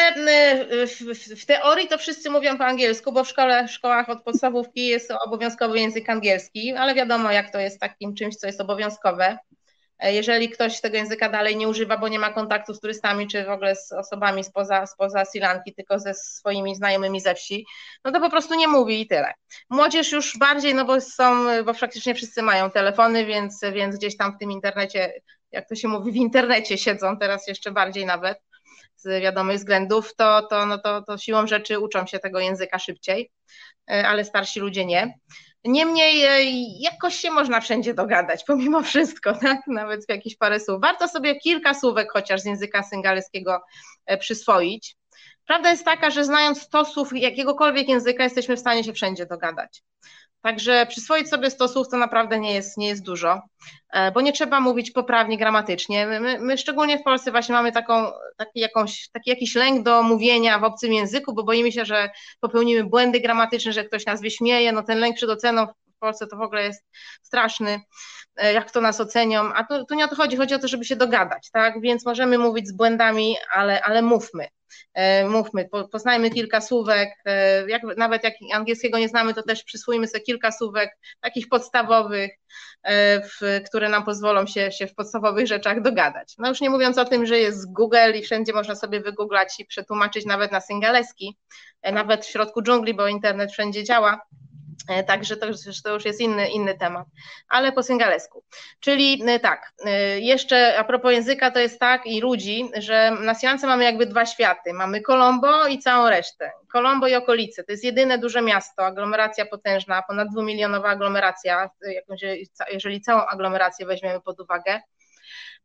w teorii to wszyscy mówią po angielsku, bo w szkołach od podstawówki jest obowiązkowy język angielski, ale wiadomo, jak to jest takim czymś, co jest obowiązkowe. Jeżeli ktoś tego języka dalej nie używa, bo nie ma kontaktu z turystami, czy w ogóle z osobami spoza Sri Lanki, tylko ze swoimi znajomymi ze wsi, no to po prostu nie mówi i tyle. Młodzież już bardziej, no bo praktycznie wszyscy mają telefony, więc gdzieś tam w tym internecie, jak to się mówi, w internecie siedzą, teraz jeszcze bardziej nawet, z wiadomych względów, to siłą rzeczy uczą się tego języka szybciej, ale starsi ludzie nie. Niemniej jakoś się można wszędzie dogadać, pomimo wszystko, tak? Nawet w jakieś parę słów. Warto sobie kilka słówek chociaż z języka singaleskiego przyswoić. Prawda jest taka, że znając 100 słów jakiegokolwiek języka, jesteśmy w stanie się wszędzie dogadać. Także przyswoić sobie 100 słów to naprawdę nie jest dużo, bo nie trzeba mówić poprawnie gramatycznie. My szczególnie w Polsce właśnie mamy taki jakiś lęk do mówienia w obcym języku, bo boimy się, że popełnimy błędy gramatyczne, że ktoś nas wyśmieje. No ten lęk przed oceną w Polsce to w ogóle jest straszny, jak to nas ocenią, a tu nie o to chodzi o to, żeby się dogadać, tak? Więc możemy mówić z błędami, ale mówmy. Poznajmy kilka słówek, nawet jak angielskiego nie znamy, to też przyswójmy sobie kilka słówek takich podstawowych, które nam pozwolą się w podstawowych rzeczach dogadać. No już nie mówiąc o tym, że jest Google i wszędzie można sobie wygooglać i przetłumaczyć nawet na singaleski, nawet w środku dżungli, bo internet wszędzie działa. Także to już jest inny temat, ale po singalesku. Czyli tak, jeszcze a propos języka to jest tak i ludzi, że na Sri Lance mamy jakby dwa światy. Mamy Colombo i całą resztę. Colombo i okolice. To jest jedyne duże miasto, aglomeracja potężna, ponad 2-milionowa aglomeracja, jeżeli całą aglomerację weźmiemy pod uwagę.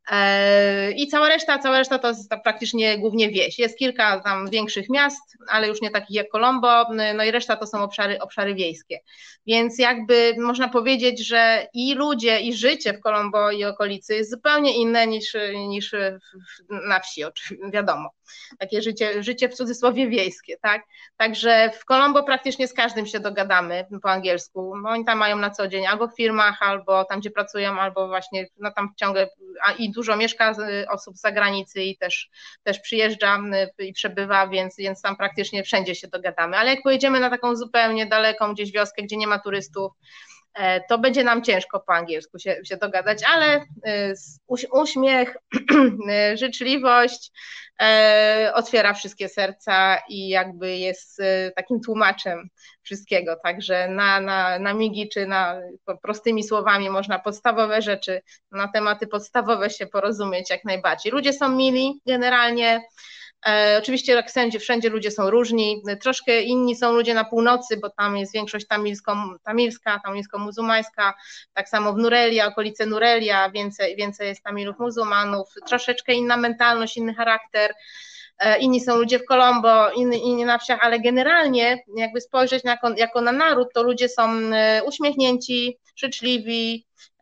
I cała reszta to jest praktycznie głównie wieś. Jest kilka tam większych miast, ale już nie takich jak Colombo, no i reszta to są obszary wiejskie. Więc jakby można powiedzieć, że i ludzie, i życie w Colombo i okolicy jest zupełnie inne niż na wsi, wiadomo. Takie życie w cudzysłowie wiejskie, tak? Także w Colombo praktycznie z każdym się dogadamy po angielsku. Oni tam mają na co dzień albo w firmach, albo tam, gdzie pracują, albo właśnie no tam ciągle, i dużo mieszka osób z zagranicy i też przyjeżdża i przebywa, więc tam praktycznie wszędzie się dogadamy. Ale jak pojedziemy na taką zupełnie daleką gdzieś wioskę, gdzie nie ma turystów, to będzie nam ciężko po angielsku się dogadać, ale uśmiech, życzliwość otwiera wszystkie serca i jakby jest takim tłumaczem wszystkiego, także na migi czy prostymi słowami można podstawowe rzeczy, na tematy podstawowe się porozumieć jak najbardziej. Ludzie są mili generalnie. Oczywiście jak wszędzie ludzie są różni, troszkę inni są ludzie na północy, bo tam jest większość tamilska, tamilsko-muzułmańska, tak samo w Nurelia, okolice Nurelia, więcej jest Tamilów muzułmanów, troszeczkę inna mentalność, inny charakter, inni są ludzie w Colombo, inni na wsiach, ale generalnie jakby spojrzeć jako na naród, to ludzie są uśmiechnięci, życzliwi,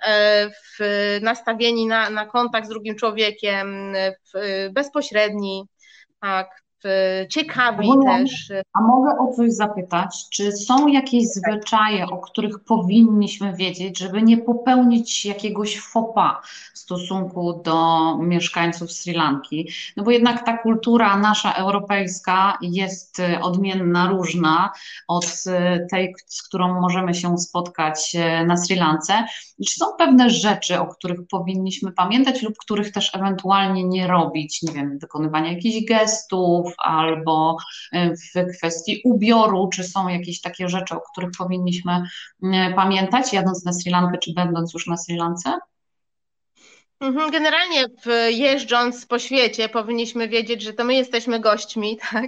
nastawieni na kontakt z drugim człowiekiem, bezpośredni, tak, ciekawi też. A mogę o coś zapytać? Czy są jakieś zwyczaje, o których powinniśmy wiedzieć, żeby nie popełnić jakiegoś faux pas w stosunku do mieszkańców Sri Lanki? No bo jednak ta kultura nasza europejska jest odmienna, różna od tej, z którą możemy się spotkać na Sri Lance. I czy są pewne rzeczy, o których powinniśmy pamiętać lub których też ewentualnie nie robić? Nie wiem, wykonywania jakichś gestów albo w kwestii ubioru, czy są jakieś takie rzeczy, o których powinniśmy pamiętać, jadąc na Sri Lankę, czy będąc już na Sri Lance? Generalnie jeżdżąc po świecie powinniśmy wiedzieć, że to my jesteśmy gośćmi, tak?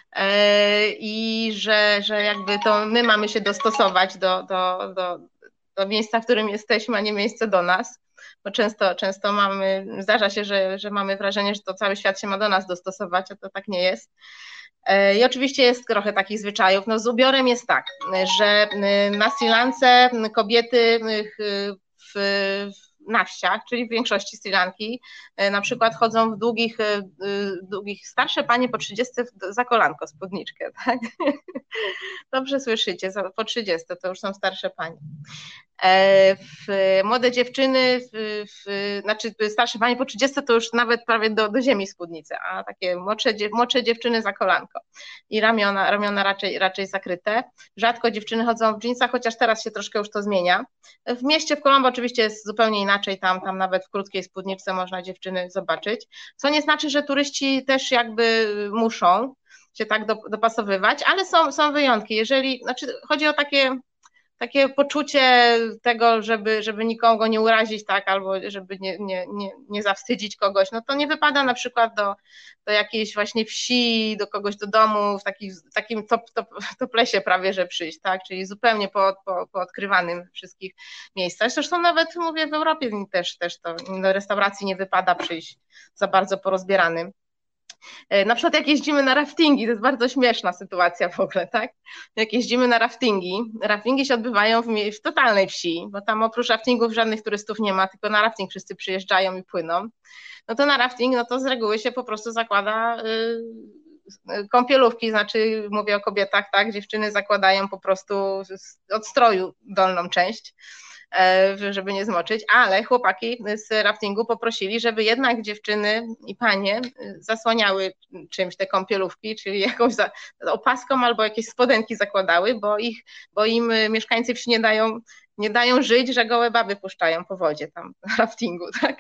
I że jakby to my mamy się dostosować do miejsca, w którym jesteśmy, a nie miejsce do nas. Bo często zdarza się, że mamy wrażenie, że to cały świat się ma do nas dostosować, a to tak nie jest. I oczywiście jest trochę takich zwyczajów. No z ubiorem jest tak, że na Sri Lance kobiety na wsiach, czyli w większości Sri Lanki, na przykład chodzą w długich starsze panie po 30 za kolanko spódniczkę, tak? Dobrze słyszycie, po 30 to już są starsze panie. Młode dziewczyny, znaczy starsze panie po 30 to już nawet prawie do ziemi spódnice, a takie młodsze dziewczyny za kolanko i ramiona raczej zakryte. Rzadko dziewczyny chodzą w dżinsach, chociaż teraz się troszkę już to zmienia. W mieście, w Colombo oczywiście jest zupełnie inaczej, tam nawet w krótkiej spódniczce można dziewczyny zobaczyć, co nie znaczy, że turyści też jakby muszą się tak dopasowywać, ale są wyjątki. Chodzi o takie poczucie tego, żeby nikogo nie urazić, tak, albo żeby nie zawstydzić kogoś, no to nie wypada na przykład do jakiejś właśnie wsi, do kogoś do domu, w takim toplesie prawie, że przyjść, tak, czyli zupełnie po odkrywanym wszystkich miejscach. Zresztą nawet mówię w Europie też to do restauracji nie wypada przyjść za bardzo porozbieranym. Na przykład jak jeździmy na raftingi, to jest bardzo śmieszna sytuacja w ogóle, tak? Jak jeździmy na raftingi się odbywają w totalnej wsi, bo tam oprócz raftingów żadnych turystów nie ma, tylko na rafting wszyscy przyjeżdżają i płyną. No to na rafting, no to z reguły się po prostu zakłada kąpielówki, znaczy mówię o kobietach, tak? Dziewczyny zakładają po prostu od stroju dolną część, żeby nie zmoczyć, ale chłopaki z raftingu poprosili, żeby jednak dziewczyny i panie zasłaniały czymś te kąpielówki, czyli jakąś opaską albo jakieś spodenki zakładały, bo im mieszkańcy wsi nie dają żyć, że gołe baby puszczają po wodzie tam na raftingu, tak?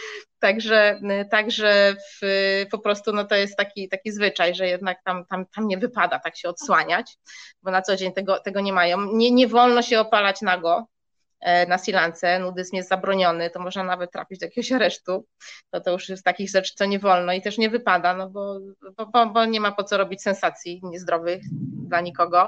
Także po prostu no to jest taki zwyczaj, że jednak tam nie wypada tak się odsłaniać, bo na co dzień tego nie mają. Nie wolno się opalać nago na Sri Lance, nudizm jest zabroniony, to można nawet trafić do jakiegoś aresztu, to już jest takich rzeczy, co nie wolno i też nie wypada, no bo nie ma po co robić sensacji niezdrowych dla nikogo.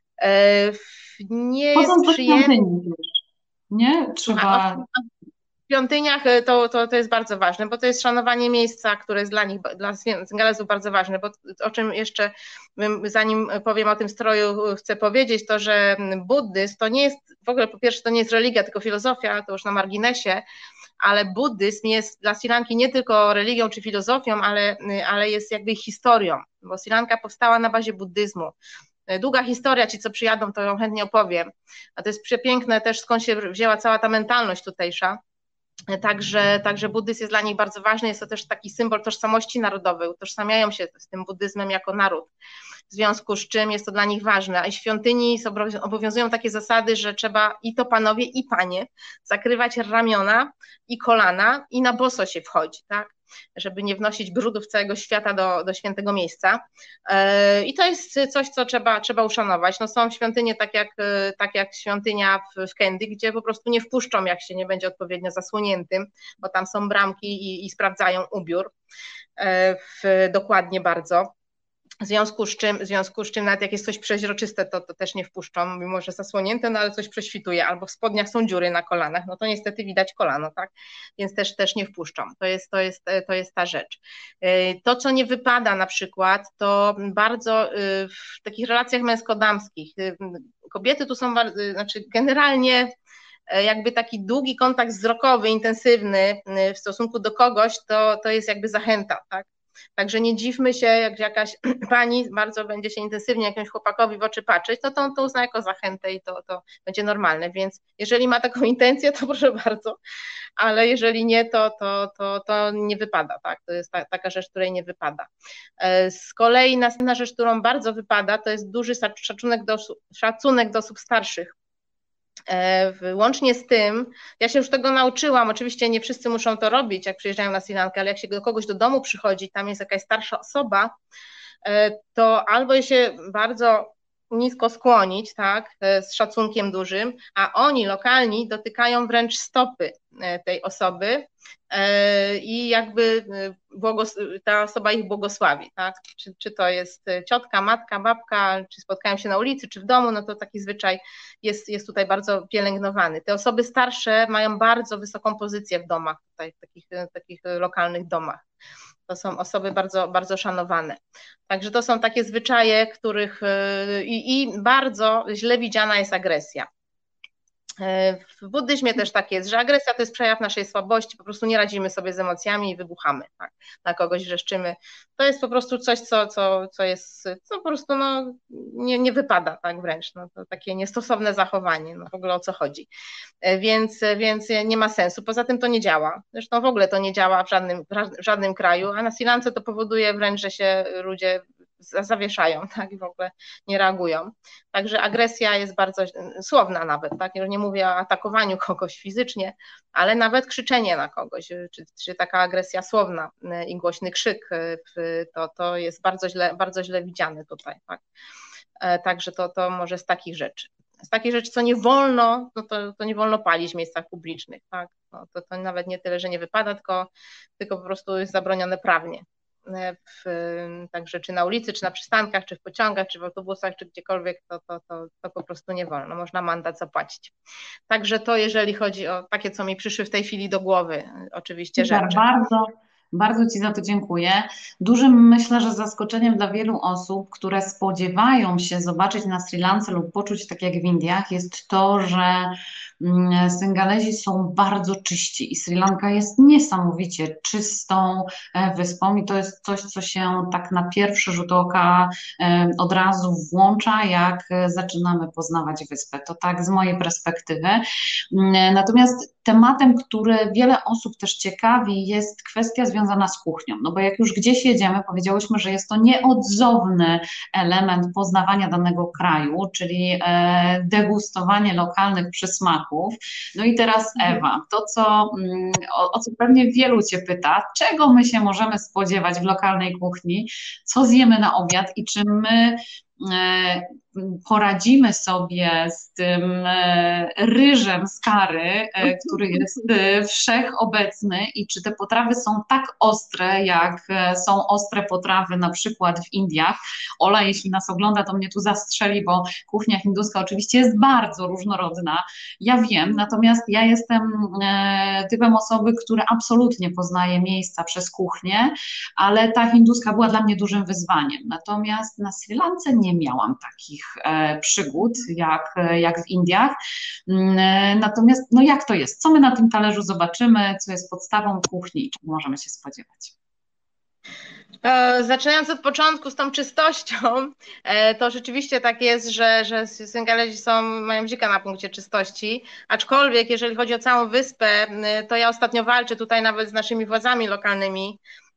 Nie jest przyjemne. Nie? Trzeba... świątyniach to jest bardzo ważne, bo to jest szanowanie miejsca, które jest dla nich, dla Sengalesów bardzo ważne, bo o czym jeszcze, zanim powiem o tym stroju, chcę powiedzieć, to, że buddyzm to nie jest, w ogóle po pierwsze to nie jest religia, tylko filozofia, to już na marginesie, ale buddyzm jest dla Sri Lanki nie tylko religią czy filozofią, ale jest jakby historią, bo Sri Lanka powstała na bazie buddyzmu. Długa historia, ci co przyjadą, to ją chętnie opowiem. A to jest przepiękne też, skąd się wzięła cała ta mentalność tutejsza. Także buddyzm jest dla nich bardzo ważny, jest to też taki symbol tożsamości narodowej, utożsamiają się z tym buddyzmem jako naród, w związku z czym jest to dla nich ważne, a w świątyni obowiązują takie zasady, że trzeba i to panowie i panie zakrywać ramiona i kolana i na boso się wchodzi, tak? Żeby nie wnosić brudów całego świata do świętego miejsca. I to jest coś, co trzeba uszanować. No są świątynie tak jak świątynia w Kandy, gdzie po prostu nie wpuszczą, jak się nie będzie odpowiednio zasłoniętym, bo tam są bramki i sprawdzają ubiór dokładnie bardzo. W związku z czym nawet jak jest coś przeźroczyste, to też nie wpuszczą, mimo że zasłonięte, no ale coś prześwituje, albo w spodniach są dziury na kolanach, no to niestety widać kolano, tak? Więc też nie wpuszczą. To jest ta rzecz. To, co nie wypada na przykład, to bardzo w takich relacjach męsko-damskich, kobiety tu są, znaczy generalnie jakby taki długi kontakt wzrokowy, intensywny w stosunku do kogoś, to jest jakby zachęta, tak? Także nie dziwmy się, jak jakaś pani bardzo będzie się intensywnie jakiemuś chłopakowi w oczy patrzeć, to uzna jako zachętę i to będzie normalne, więc jeżeli ma taką intencję, to proszę bardzo, ale jeżeli nie, to nie wypada, tak? To jest taka rzecz, której nie wypada. Z kolei następna rzecz, którą bardzo wypada, to jest duży szacunek do osób starszych. Łącznie z tym, ja się już tego nauczyłam, oczywiście nie wszyscy muszą to robić, jak przyjeżdżają na Sri Lankę, ale jak się do kogoś do domu przychodzi, tam jest jakaś starsza osoba, to albo się bardzo nisko skłonić, tak, z szacunkiem dużym, a oni lokalni dotykają wręcz stopy tej osoby i jakby ta osoba ich błogosławi, tak? Czy to jest ciotka, matka, babka, czy spotkają się na ulicy, czy w domu, no to taki zwyczaj jest tutaj bardzo pielęgnowany. Te osoby starsze mają bardzo wysoką pozycję w domach, tutaj w takich lokalnych domach. To są osoby bardzo, bardzo szanowane. Także to są takie zwyczaje, których i bardzo źle widziana jest agresja. W buddyzmie też tak jest, że agresja to jest przejaw naszej słabości, po prostu nie radzimy sobie z emocjami i wybuchamy, tak? Na kogoś wrzeszczymy. To jest po prostu coś, co po prostu no, nie wypada, tak wręcz. No, to takie niestosowne zachowanie, no w ogóle o co chodzi. Więc nie ma sensu. Poza tym to nie działa. Zresztą w ogóle to nie działa w żadnym kraju, a na Sri Lance to powoduje wręcz, że się ludzie zawieszają, tak, i w ogóle nie reagują. Także agresja jest bardzo słowna nawet, tak, nie mówię o atakowaniu kogoś fizycznie, ale nawet krzyczenie na kogoś, czy taka agresja słowna i głośny krzyk, to jest bardzo źle widziane tutaj, tak. Także to może z takich rzeczy. Z takich rzeczy, co nie wolno, no to nie wolno palić w miejscach publicznych, tak. No to nawet nie tyle, że nie wypada, tylko po prostu jest zabronione prawnie. Także czy na ulicy, czy na przystankach, czy w pociągach, czy w autobusach, czy gdziekolwiek, to po prostu nie wolno, można mandat zapłacić. Także to jeżeli chodzi o takie, co mi przyszły w tej chwili do głowy, oczywiście rzeczy. Bardzo Ci za to dziękuję. Dużym, myślę, że zaskoczeniem dla wielu osób, które spodziewają się zobaczyć na Sri Lance lub poczuć tak jak w Indiach, jest to, że Sengalezi są bardzo czyści i Sri Lanka jest niesamowicie czystą wyspą i to jest coś, co się tak na pierwszy rzut oka od razu włącza, jak zaczynamy poznawać wyspę. To tak z mojej perspektywy. Natomiast tematem, który wiele osób też ciekawi, jest kwestia związana z kuchnią. No bo jak już gdzieś jedziemy, powiedziałyśmy, że jest to nieodzowny element poznawania danego kraju, czyli degustowanie lokalnych przysmaków. No i teraz Ewa, to o co pewnie wielu Cię pyta, czego my się możemy spodziewać w lokalnej kuchni, co zjemy na obiad i czy my poradzimy sobie z tym ryżem z curry, który jest wszechobecny i czy te potrawy są tak ostre, jak są ostre potrawy na przykład w Indiach. Ola, jeśli nas ogląda, to mnie tu zastrzeli, bo kuchnia hinduska oczywiście jest bardzo różnorodna. Ja wiem, natomiast ja jestem typem osoby, który absolutnie poznaje miejsca przez kuchnię, ale ta hinduska była dla mnie dużym wyzwaniem. Natomiast na Sri Lance nie miałam takich przygód jak w Indiach. Natomiast no jak to jest? Co my na tym talerzu zobaczymy? Co jest podstawą kuchni i czego możemy się spodziewać? Zaczynając od początku z tą czystością, to rzeczywiście tak jest, że Singalezi mają bzika na punkcie czystości, aczkolwiek jeżeli chodzi o całą wyspę, to ja ostatnio walczę tutaj nawet z naszymi władzami lokalnymi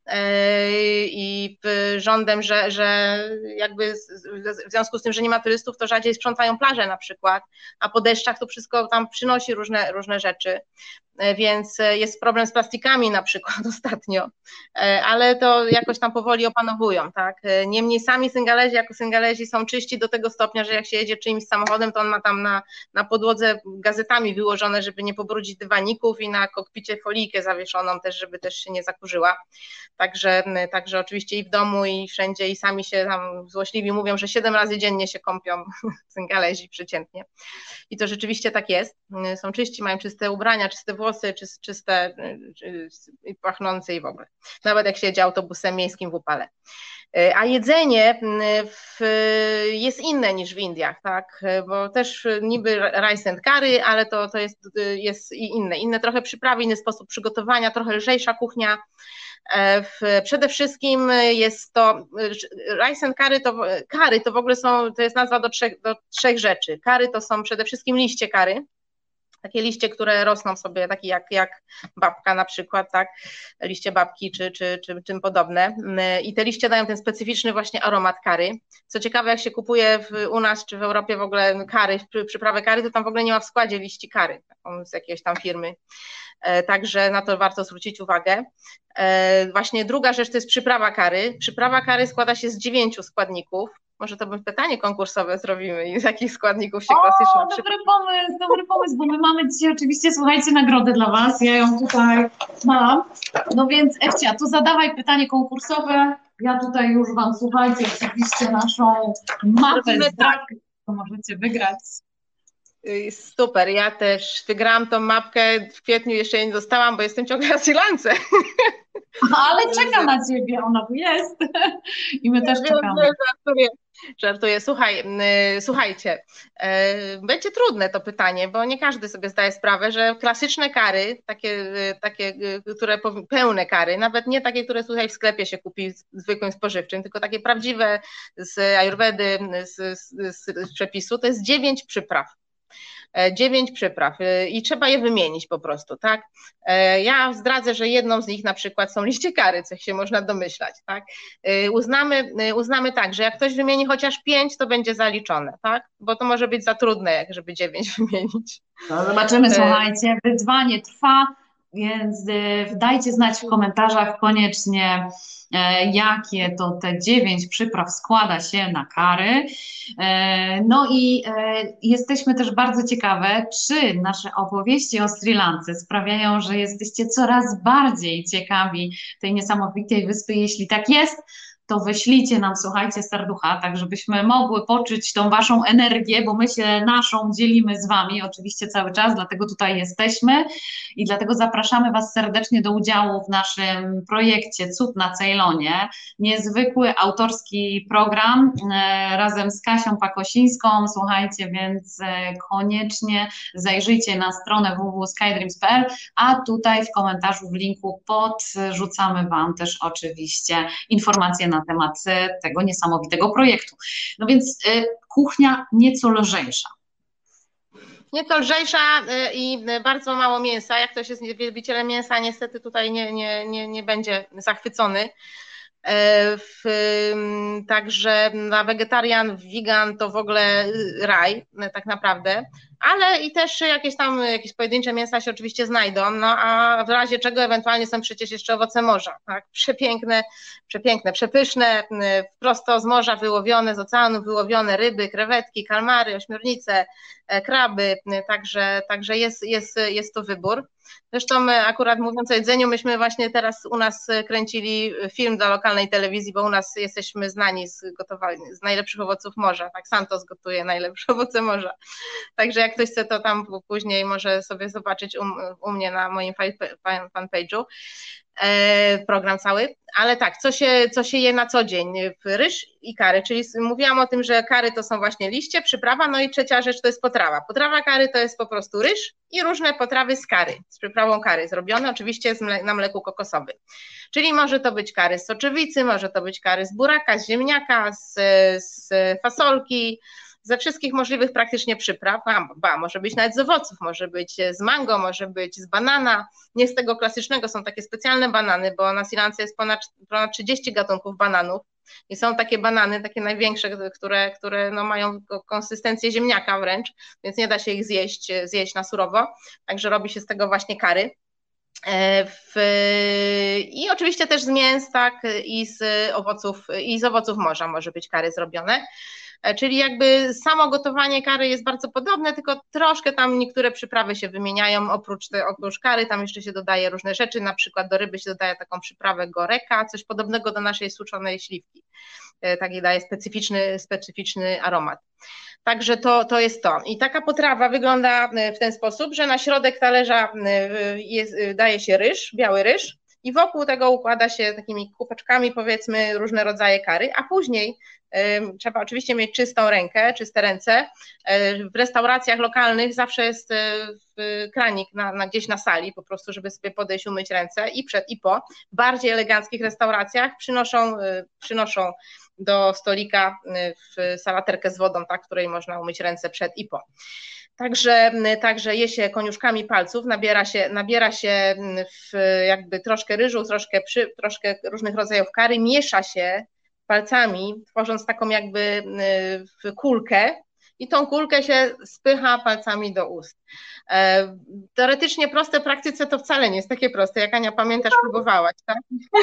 i rządem, że jakby w związku z tym, że nie ma turystów, to rzadziej sprzątają plaże na przykład, a po deszczach to wszystko tam przynosi różne rzeczy. Więc jest problem z plastikami na przykład ostatnio, ale to jakoś tam powoli opanowują, tak? Niemniej sami Singalezi jako Singalezi są czyści do tego stopnia, że jak się jedzie czyimś samochodem, to on ma tam na podłodze gazetami wyłożone, żeby nie pobrudzić dywaników i na kokpicie folijkę zawieszoną też, żeby też się nie zakurzyła. Także oczywiście i w domu i wszędzie i sami się tam złośliwi mówią, że 7 razy dziennie się kąpią Singalezi przeciętnie. I to rzeczywiście tak jest. Są czyści, mają czyste ubrania, czyste włosy, czyste i pachnące i w ogóle. Nawet jak się jedzie autobusem miejskim w upale. A jedzenie jest inne niż w Indiach, tak? Bo też niby rice and curry, ale to jest inne trochę przyprawy, inny sposób przygotowania, trochę lżejsza kuchnia. Przede wszystkim jest to rice and curry to w ogóle to jest nazwa do trzech rzeczy. Curry to są przede wszystkim liście curry, takie liście, które rosną sobie, takie jak babka na przykład, tak, liście babki czy tym podobne. I te liście dają ten specyficzny właśnie aromat curry. Co ciekawe, jak się kupuje u nas czy w Europie w ogóle curry, przyprawę curry, to tam w ogóle nie ma w składzie liści curry, z jakiejś tam firmy. Także na to warto zwrócić uwagę. Właśnie druga rzecz to jest przyprawa curry. Przyprawa curry składa się z 9 składników. Może to pytanie konkursowe zrobimy i z jakich składników się klasyczna dobry pomysł, bo my mamy dzisiaj oczywiście, słuchajcie, nagrodę dla Was, ja ją tutaj mam. No więc Ewcia, to zadawaj pytanie konkursowe, ja tutaj już Wam, słuchajcie, oczywiście naszą mapę zdradkę, to możecie wygrać. Super, ja też wygrałam tą mapkę, w kwietniu jeszcze jej nie dostałam, bo jestem ciągle na Sri Lance. Ale czeka na Ciebie, ona tu jest i my też czekamy. Żartuję. Słuchajcie, będzie trudne to pytanie, bo nie każdy sobie zdaje sprawę, że klasyczne curry, takie które pełne curry, nawet nie takie, które tutaj w sklepie się kupi zwykłym spożywczym, tylko takie prawdziwe z ajurwedy, z przepisu, to jest 9 przypraw. 9 przypraw i trzeba je wymienić po prostu, tak? Ja zdradzę, że jedną z nich na przykład są liście curry, co się można domyślać, tak? Uznamy tak, że jak ktoś wymieni chociaż 5, to będzie zaliczone, tak? Bo to może być za trudne, żeby 9 wymienić. No zobaczymy, słuchajcie, wyzwanie trwa, więc dajcie znać w komentarzach koniecznie, jakie to te 9 przypraw składa się na curry. No i jesteśmy też bardzo ciekawe, czy nasze opowieści o Sri Lance sprawiają, że jesteście coraz bardziej ciekawi tej niesamowitej wyspy. Jeśli tak jest, to wyślijcie nam, słuchajcie, serducha, tak żebyśmy mogły poczuć tą Waszą energię, bo my się naszą dzielimy z Wami oczywiście cały czas, dlatego tutaj jesteśmy i dlatego zapraszamy Was serdecznie do udziału w naszym projekcie Cud na Ceylonie. Niezwykły autorski program razem z Kasią Pakosińską, słuchajcie, więc koniecznie zajrzyjcie na stronę www.skydreams.pl, a tutaj w komentarzu w linku podrzucamy Wam też oczywiście informacje na temat tego niesamowitego projektu. No więc kuchnia nieco lżejsza. Nieco lżejsza i bardzo mało mięsa. Jak ktoś jest wielbicielem mięsa, niestety tutaj nie będzie zachwycony. Także na wegetarian, vegan to w ogóle raj tak naprawdę. ale i też jakieś pojedyncze mięsa się oczywiście znajdą, no a w razie czego ewentualnie są przecież jeszcze owoce morza, tak? Przepiękne, przepyszne, prosto z morza wyłowione, z oceanu wyłowione ryby, krewetki, kalmary, ośmiornice, kraby, także jest to wybór. Zresztą akurat mówiąc o jedzeniu, myśmy właśnie teraz u nas kręcili film dla lokalnej telewizji, bo u nas jesteśmy znani z gotowania z najlepszych owoców morza, tak, Santos gotuje najlepsze owoce morza. Także jak ktoś chce, to tam później może sobie zobaczyć u mnie na moim fanpage'u program cały, ale tak, co się je na co dzień? Ryż i kary, czyli mówiłam o tym, że kary to są właśnie liście, przyprawa, no i trzecia rzecz to jest potrawa. Potrawa kary to jest po prostu ryż i różne potrawy z kary, z przyprawą kary, zrobione oczywiście na mleku kokosowym. Czyli może to być kary z soczewicy, może to być kary z buraka, z ziemniaka, z fasolki, ze wszystkich możliwych praktycznie przypraw, może być nawet z owoców, może być z mango, może być z banana, nie z tego klasycznego, są takie specjalne banany, bo na Sri Lance jest ponad 30 gatunków bananów i są takie banany, takie największe, które no mają konsystencję ziemniaka wręcz, więc nie da się ich zjeść na surowo, także robi się z tego właśnie kary. I oczywiście też z mięs, tak, i z owoców morza może być kary zrobione. Czyli jakby samo gotowanie kary jest bardzo podobne, tylko troszkę tam niektóre przyprawy się wymieniają, oprócz kary tam jeszcze się dodaje różne rzeczy, na przykład do ryby się dodaje taką przyprawę goreka, coś podobnego do naszej suczonej śliwki, taki daje specyficzny aromat. Także to jest to. I taka potrawa wygląda w ten sposób, że na środek talerza daje się ryż, biały ryż, i wokół tego układa się takimi kubeczkami, powiedzmy, różne rodzaje kary, a później trzeba oczywiście mieć czyste ręce. W restauracjach lokalnych zawsze jest kranik gdzieś na sali, po prostu, żeby sobie podejść, umyć ręce i przed, i po. W bardziej eleganckich restauracjach przynoszą do stolika salaterkę z wodą, tak, której można umyć ręce przed i po. Także je się koniuszkami palców, nabiera się jakby troszkę ryżu, troszkę różnych rodzajów kary, miesza się palcami, tworząc taką jakby kulkę i tą kulkę się spycha palcami do ust. Teoretycznie proste, w praktyce to wcale nie jest takie proste, jak Ania pamiętasz, próbowałaś, tak?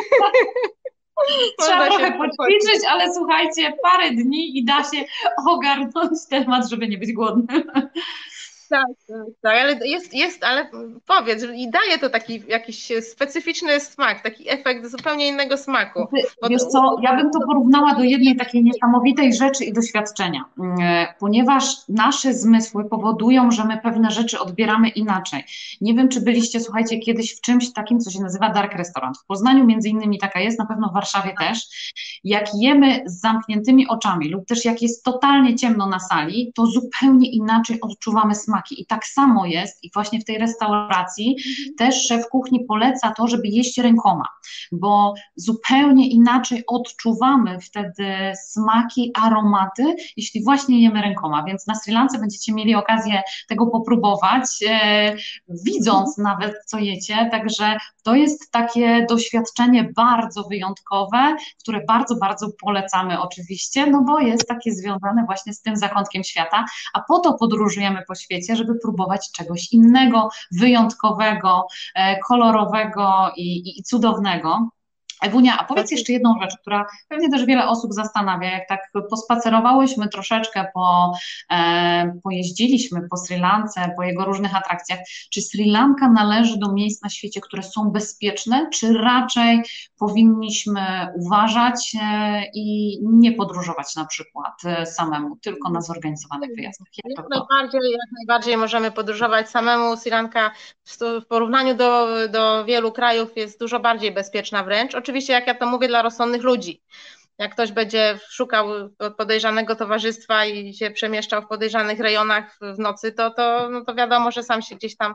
Trzeba trochę poćwiczyć, ale słuchajcie, parę dni i da się ogarnąć temat, żeby nie być głodnym. Tak, ale powiedz, i daje to taki jakiś specyficzny smak, taki efekt zupełnie innego smaku. Wiesz co, ja bym to porównała do jednej takiej niesamowitej rzeczy i doświadczenia, ponieważ nasze zmysły powodują, że my pewne rzeczy odbieramy inaczej. Nie wiem, czy byliście, słuchajcie, kiedyś w czymś takim, co się nazywa Dark Restaurant. W Poznaniu między innymi taka jest, na pewno w Warszawie też. Jak jemy z zamkniętymi oczami lub też jak jest totalnie ciemno na sali, to zupełnie inaczej odczuwamy smaki. I tak samo jest i właśnie w tej restauracji też szef kuchni poleca to, żeby jeść rękoma, bo zupełnie inaczej odczuwamy wtedy smaki, aromaty, jeśli właśnie jemy rękoma, więc na Sri Lance będziecie mieli okazję tego popróbować, widząc nawet, co jecie, także to jest takie doświadczenie bardzo wyjątkowe, które bardzo, bardzo polecamy oczywiście, no bo jest takie związane właśnie z tym zakątkiem świata, a po to podróżujemy po świecie, żeby próbować czegoś innego, wyjątkowego, kolorowego i cudownego. Ewunia, a powiedz jeszcze jedną rzecz, która pewnie też wiele osób zastanawia, jak tak pospacerowałyśmy troszeczkę, pojeździliśmy po Sri Lance, po jego różnych atrakcjach, czy Sri Lanka należy do miejsc na świecie, które są bezpieczne, czy raczej powinniśmy uważać i nie podróżować na przykład samemu, tylko na zorganizowanych wyjazdach? Jak najbardziej możemy podróżować samemu. Sri Lanka w porównaniu do wielu krajów jest dużo bardziej bezpieczna wręcz. Oczywiście, jak ja to mówię, dla rozsądnych ludzi. Jak ktoś będzie szukał podejrzanego towarzystwa i się przemieszczał w podejrzanych rejonach w nocy, to wiadomo, że sam się gdzieś tam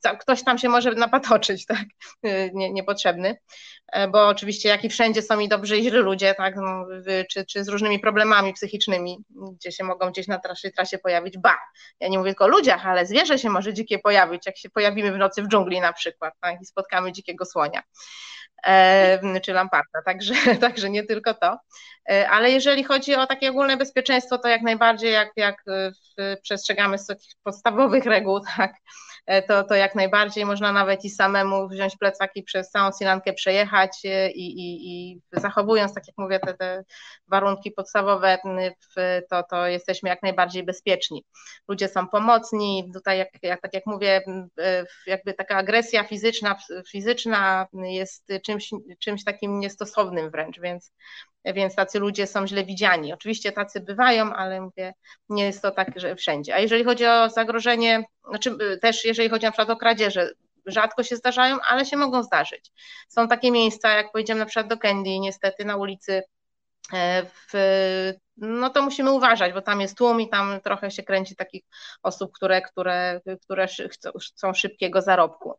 ktoś tam się może napatoczyć, tak, niepotrzebny, bo oczywiście jak i wszędzie są i dobrzy i źli ludzie, tak, no, czy z różnymi problemami psychicznymi, gdzie się mogą gdzieś na trasie pojawić, ja nie mówię tylko o ludziach, ale zwierzę się może dzikie pojawić, jak się pojawimy w nocy w dżungli na przykład, tak, i spotkamy dzikiego słonia czy lamparta, także nie tylko to. Ale jeżeli chodzi o takie ogólne bezpieczeństwo, to jak najbardziej, jak przestrzegamy takich podstawowych reguł, tak, to jak najbardziej można nawet i samemu wziąć plecak i przez całą Sri Lankę przejechać i zachowując, tak jak mówię, te warunki podstawowe, to jesteśmy jak najbardziej bezpieczni. Ludzie są pomocni, tutaj tak jak mówię, jakby taka agresja fizyczna jest czymś takim niestosownym wręcz, więc tacy ludzie są źle widziani. Oczywiście tacy bywają, ale mówię, nie jest to tak, że wszędzie. A jeżeli chodzi o zagrożenie, znaczy też jeżeli chodzi na przykład o kradzieże, rzadko się zdarzają, ale się mogą zdarzyć. Są takie miejsca, jak pojedziemy na przykład do Kandy, niestety na ulicy, no to musimy uważać, bo tam jest tłum i tam trochę się kręci takich osób, które chcą szybkiego zarobku.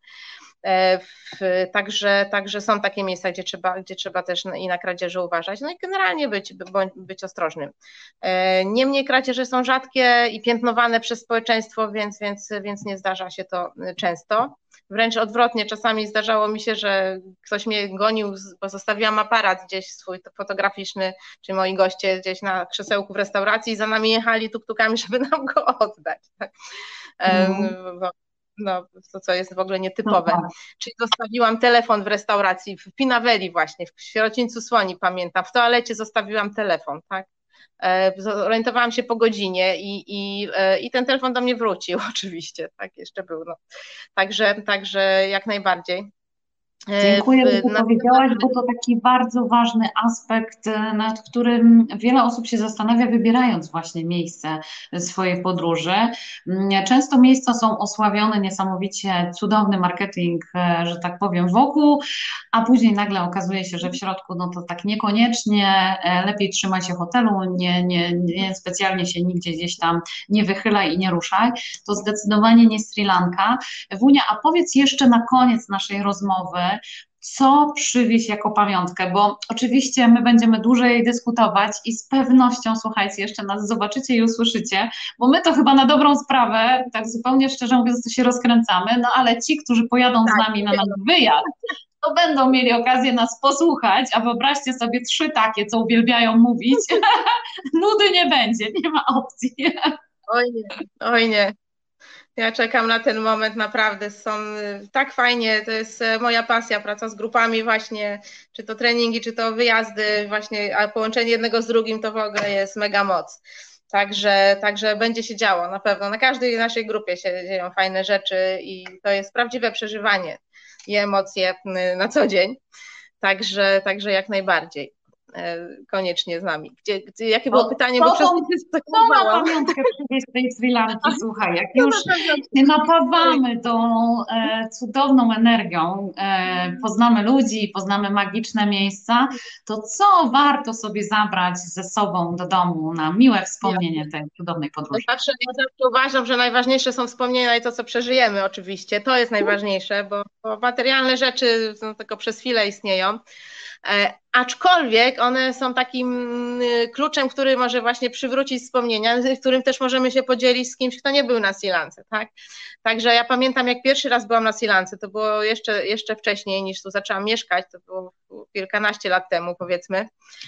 Także są takie miejsca, gdzie trzeba też i na kradzieże uważać, no i generalnie być ostrożnym. Niemniej kradzieże są rzadkie i piętnowane przez społeczeństwo, więc nie zdarza się to często. Wręcz odwrotnie, czasami zdarzało mi się, że ktoś mnie gonił, bo zostawiłam aparat gdzieś swój fotograficzny, czy moi goście gdzieś na krzesełku w restauracji i za nami jechali tuktukami, żeby nam go oddać. Tak? No, to co jest w ogóle nietypowe. Czyli zostawiłam telefon w restauracji, w Pinaweli właśnie, w Sierocińcu Słoni, pamiętam, w toalecie zostawiłam telefon, tak? Zorientowałam się po godzinie i ten telefon do mnie wrócił oczywiście, tak jeszcze był. No. Także jak najbardziej. Dziękuję, że to powiedziałaś, bo to taki bardzo ważny aspekt, nad którym wiele osób się zastanawia, wybierając właśnie miejsce swojej podróży. Często miejsca są osławione, niesamowicie cudowny marketing, że tak powiem, wokół, a później nagle okazuje się, że w środku no to tak niekoniecznie, lepiej trzymaj się hotelu, nie specjalnie się nigdzie gdzieś tam nie wychylaj i nie ruszaj. To zdecydowanie nie Sri Lanka. Wunia, a powiedz jeszcze na koniec naszej rozmowy, co przywieźć jako pamiątkę, bo oczywiście my będziemy dłużej dyskutować i z pewnością, słuchajcie, jeszcze nas zobaczycie i usłyszycie, bo my to chyba na dobrą sprawę, tak zupełnie szczerze mówiąc, to się rozkręcamy, no ale ci, którzy pojadą z nami na nasz wyjazd, to będą mieli okazję nas posłuchać, a wyobraźcie sobie 3 takie, co uwielbiają mówić, nudy nie będzie, nie ma opcji. Oj nie. Ja czekam na ten moment, naprawdę są tak fajnie, to jest moja pasja, praca z grupami właśnie, czy to treningi, czy to wyjazdy właśnie, a połączenie jednego z drugim to w ogóle jest mega moc. Także będzie się działo na pewno, na każdej naszej grupie się dzieją fajne rzeczy i to jest prawdziwe przeżywanie i emocje na co dzień, także jak najbardziej. Koniecznie z nami. Jakie było pytanie? Bo co na pamiątkę przywieźć tej Sri Lanki, słuchaj, jak już się napawamy tą cudowną energią, poznamy ludzi, poznamy magiczne miejsca, to co warto sobie zabrać ze sobą do domu na miłe wspomnienie tej cudownej podróży? Ja zawsze uważam, że najważniejsze są wspomnienia i to, co przeżyjemy oczywiście. To jest najważniejsze, bo materialne rzeczy no, tylko przez chwilę istnieją. Aczkolwiek one są takim kluczem, który może właśnie przywrócić wspomnienia, którym też możemy się podzielić z kimś, kto nie był na Sri Lance, tak? Także ja pamiętam, jak pierwszy raz byłam na Sri Lance, to było jeszcze wcześniej niż tu zaczęłam mieszkać, to było kilkanaście lat temu powiedzmy,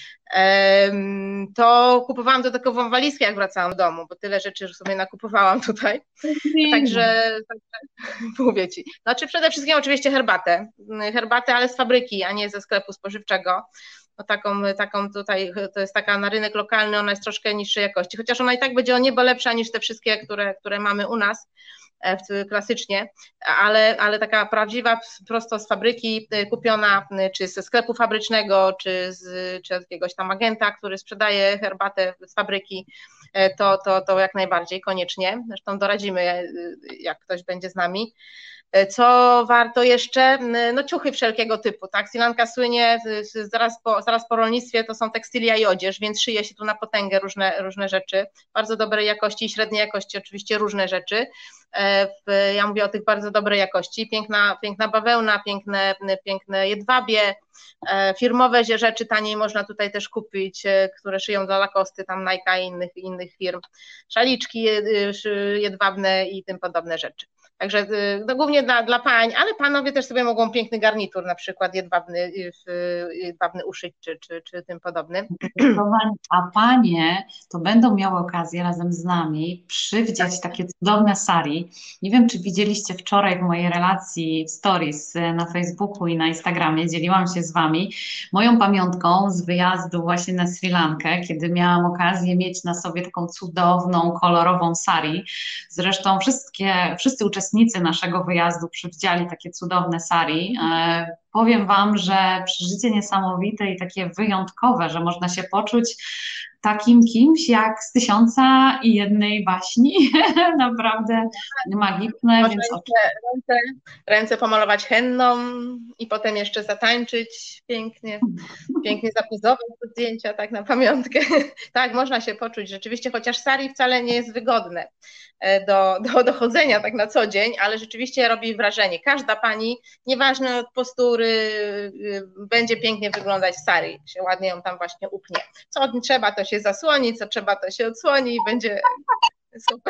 to kupowałam dodatkową walizkę, jak wracałam do domu, bo tyle rzeczy już sobie nakupowałam tutaj, także mówię Ci. Znaczy przede wszystkim oczywiście herbatę, ale z fabryki, a nie ze sklepu spożywczego. No taką tutaj, to jest taka na rynek lokalny, ona jest troszkę niższej jakości, chociaż ona i tak będzie o niebo lepsza niż te wszystkie, które mamy u nas klasycznie, ale taka prawdziwa, prosto z fabryki kupiona, czy ze sklepu fabrycznego, czy od jakiegoś tam agenta, który sprzedaje herbatę z fabryki, to jak najbardziej, koniecznie. Zresztą doradzimy, jak ktoś będzie z nami. Co warto jeszcze? No ciuchy wszelkiego typu, tak? Sri Lanka słynie zaraz po rolnictwie, to są tekstylia i odzież, więc szyje się tu na potęgę różne rzeczy, bardzo dobrej jakości i średniej jakości oczywiście różne rzeczy. Ja mówię o tych bardzo dobrej jakości, piękna bawełna, piękne jedwabie, firmowe rzeczy taniej można tutaj też kupić, które szyją dla Lacoste, tam Nike'a i innych firm, szaliczki jedwabne i tym podobne rzeczy. Także no głównie dla pań, ale panowie też sobie mogą piękny garnitur, na przykład jedwabny uszyć czy tym podobny. A panie to będą miały okazję razem z nami przywdziać takie cudowne sari. Nie wiem, czy widzieliście wczoraj w mojej relacji w stories na Facebooku i na Instagramie, dzieliłam się z wami moją pamiątką z wyjazdu właśnie na Sri Lankę, kiedy miałam okazję mieć na sobie taką cudowną, kolorową sari. Zresztą wszyscy uczestnicy naszego wyjazdu przywdziali takie cudowne sari. Powiem wam, że przeżycie niesamowite i takie wyjątkowe, że można się poczuć takim kimś jak z 1001 baśni. Naprawdę magiczne. Można Więc ręce pomalować henną i potem jeszcze zatańczyć pięknie zapozować do zdjęcia, tak na pamiątkę. Tak, można się poczuć rzeczywiście, chociaż sari wcale nie jest wygodne do chodzenia tak na co dzień, ale rzeczywiście robi wrażenie. Każda pani, nieważne od postury, będzie pięknie wyglądać w sari, się ładnie ją tam właśnie upnie. Co trzeba, to się zasłoni, co trzeba, to się odsłoni i będzie super.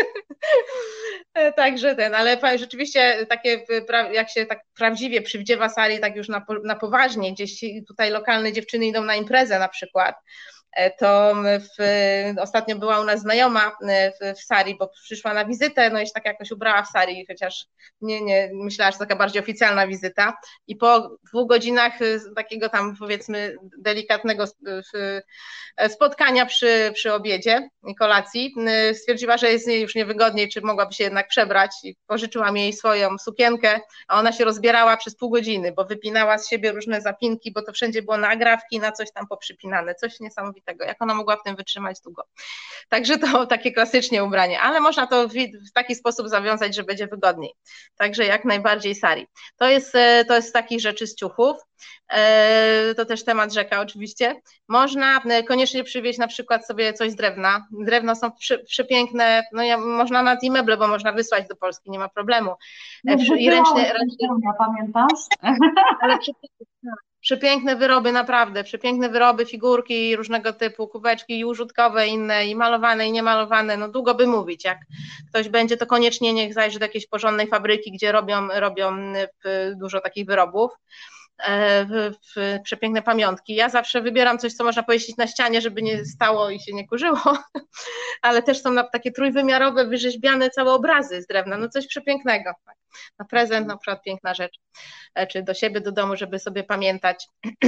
Także ale rzeczywiście takie, jak się tak prawdziwie przywdziewa sari, tak już na poważnie, gdzieś tutaj lokalne dziewczyny idą na imprezę na przykład, to ostatnio była u nas znajoma w sari, bo przyszła na wizytę, no i się tak jakoś ubrała w sari, chociaż nie myślała, że to taka bardziej oficjalna wizyta i po 2 godzinach takiego tam powiedzmy delikatnego spotkania przy obiedzie i kolacji stwierdziła, że jest jej już niewygodniej, czy mogłaby się jednak przebrać i pożyczyłam jej swoją sukienkę, a ona się rozbierała przez pół godziny, bo wypinała z siebie różne zapinki, bo to wszędzie było na agrafki, na coś tam poprzypinane, coś niesamowitego. Jak ona mogła w tym wytrzymać długo. Także to takie klasycznie ubranie, ale można to w taki sposób zawiązać, że będzie wygodniej. Także jak najbardziej sari. To jest z takich rzeczy z ciuchów. To też temat rzeka oczywiście. Można koniecznie przywieźć na przykład sobie coś z drewna. Drewno są przepiękne, no można nawet i meble, bo można wysłać do Polski, nie ma problemu. I ręcznie, pamiętasz? Ale przepiękne wyroby, naprawdę, przepiękne wyroby, figurki różnego typu, kubeczki i użytkowe, inne, i malowane, i niemalowane, no długo by mówić, jak ktoś będzie, to koniecznie niech zajrzy do jakiejś porządnej fabryki, gdzie robią dużo takich wyrobów. Przepiękne pamiątki. Ja zawsze wybieram coś, co można powiesić na ścianie, żeby nie stało i się nie kurzyło, ale też są takie trójwymiarowe, wyrzeźbiane całe obrazy z drewna, no coś przepięknego. Na prezent na przykład piękna rzecz, czy do siebie, do domu, żeby sobie pamiętać.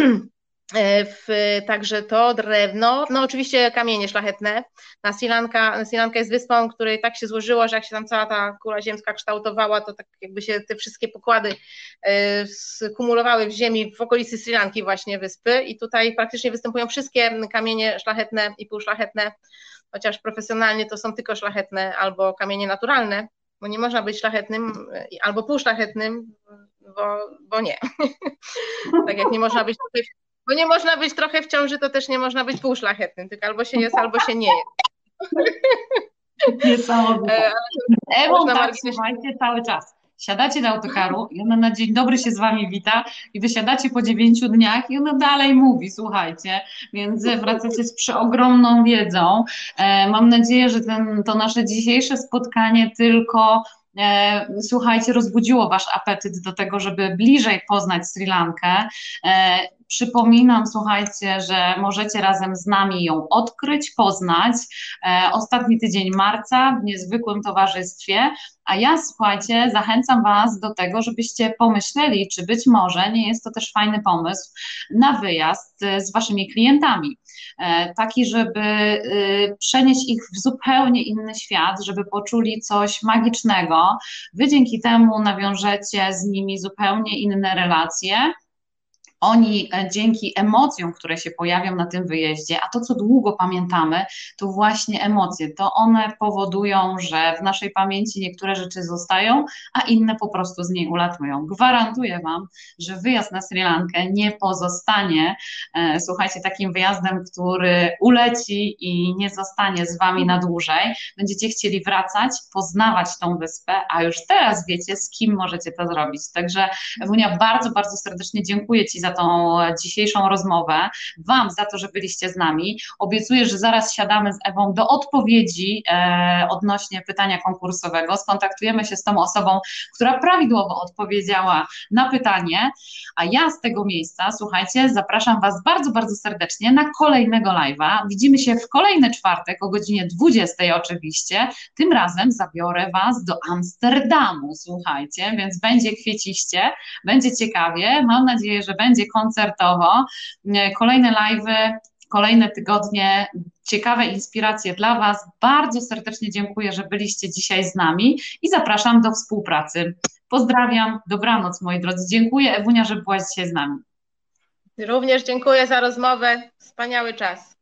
Także to drewno, no oczywiście kamienie szlachetne. Sri Lanka jest wyspą, której tak się złożyło, że jak się tam cała ta kula ziemska kształtowała, to tak jakby się te wszystkie pokłady skumulowały w ziemi w okolicy Sri Lanki właśnie wyspy i tutaj praktycznie występują wszystkie kamienie szlachetne i półszlachetne, chociaż profesjonalnie to są tylko szlachetne albo kamienie naturalne, bo nie można być szlachetnym albo półszlachetnym, bo nie. Tak jak nie można być bo nie można być trochę w ciąży, to też nie można być półszlachetnym, tylko albo się jest, albo się nie jest. Niesamowite. Ewą tak, słuchajcie, cały czas. Siadacie do autokaru i ona na dzień dobry się z wami wita i wysiadacie po 9 dniach i ona dalej mówi, słuchajcie, więc wracacie z przeogromną wiedzą. Mam nadzieję, że to nasze dzisiejsze spotkanie tylko słuchajcie, rozbudziło wasz apetyt do tego, żeby bliżej poznać Sri Lankę. Przypominam, słuchajcie, że możecie razem z nami ją odkryć, poznać. Ostatni tydzień marca w niezwykłym towarzystwie, a ja, słuchajcie, zachęcam was do tego, żebyście pomyśleli, czy być może nie jest to też fajny pomysł na wyjazd z waszymi klientami. Taki, żeby przenieść ich w zupełnie inny świat, żeby poczuli coś magicznego. Wy dzięki temu nawiążecie z nimi zupełnie inne relacje. oni dzięki emocjom, które się pojawią na tym wyjeździe, a to, co długo pamiętamy, to właśnie emocje. To one powodują, że w naszej pamięci niektóre rzeczy zostają, a inne po prostu z niej ulatują. Gwarantuję Wam, że wyjazd na Sri Lankę nie pozostanie, słuchajcie, takim wyjazdem, który uleci i nie zostanie z Wami na dłużej. Będziecie chcieli wracać, poznawać tą wyspę, a już teraz wiecie, z kim możecie to zrobić. Także Ewunia, bardzo, bardzo serdecznie dziękuję Ci za tą dzisiejszą rozmowę, Wam za to, że byliście z nami. Obiecuję, że zaraz siadamy z Ewą do odpowiedzi odnośnie pytania konkursowego. Skontaktujemy się z tą osobą, która prawidłowo odpowiedziała na pytanie, a ja z tego miejsca, słuchajcie, zapraszam Was bardzo, bardzo serdecznie na kolejnego live'a. Widzimy się w kolejny czwartek o godzinie 20 oczywiście. Tym razem zabiorę Was do Amsterdamu, słuchajcie, więc będzie kwieciście, będzie ciekawie. Mam nadzieję, że będzie koncertowo. Kolejne live'y, kolejne tygodnie, ciekawe inspiracje dla Was. Bardzo serdecznie dziękuję, że byliście dzisiaj z nami i zapraszam do współpracy. Pozdrawiam, dobranoc moi drodzy. Dziękuję Ewunia, że byłaś dzisiaj z nami. Również dziękuję za rozmowę. Wspaniały czas.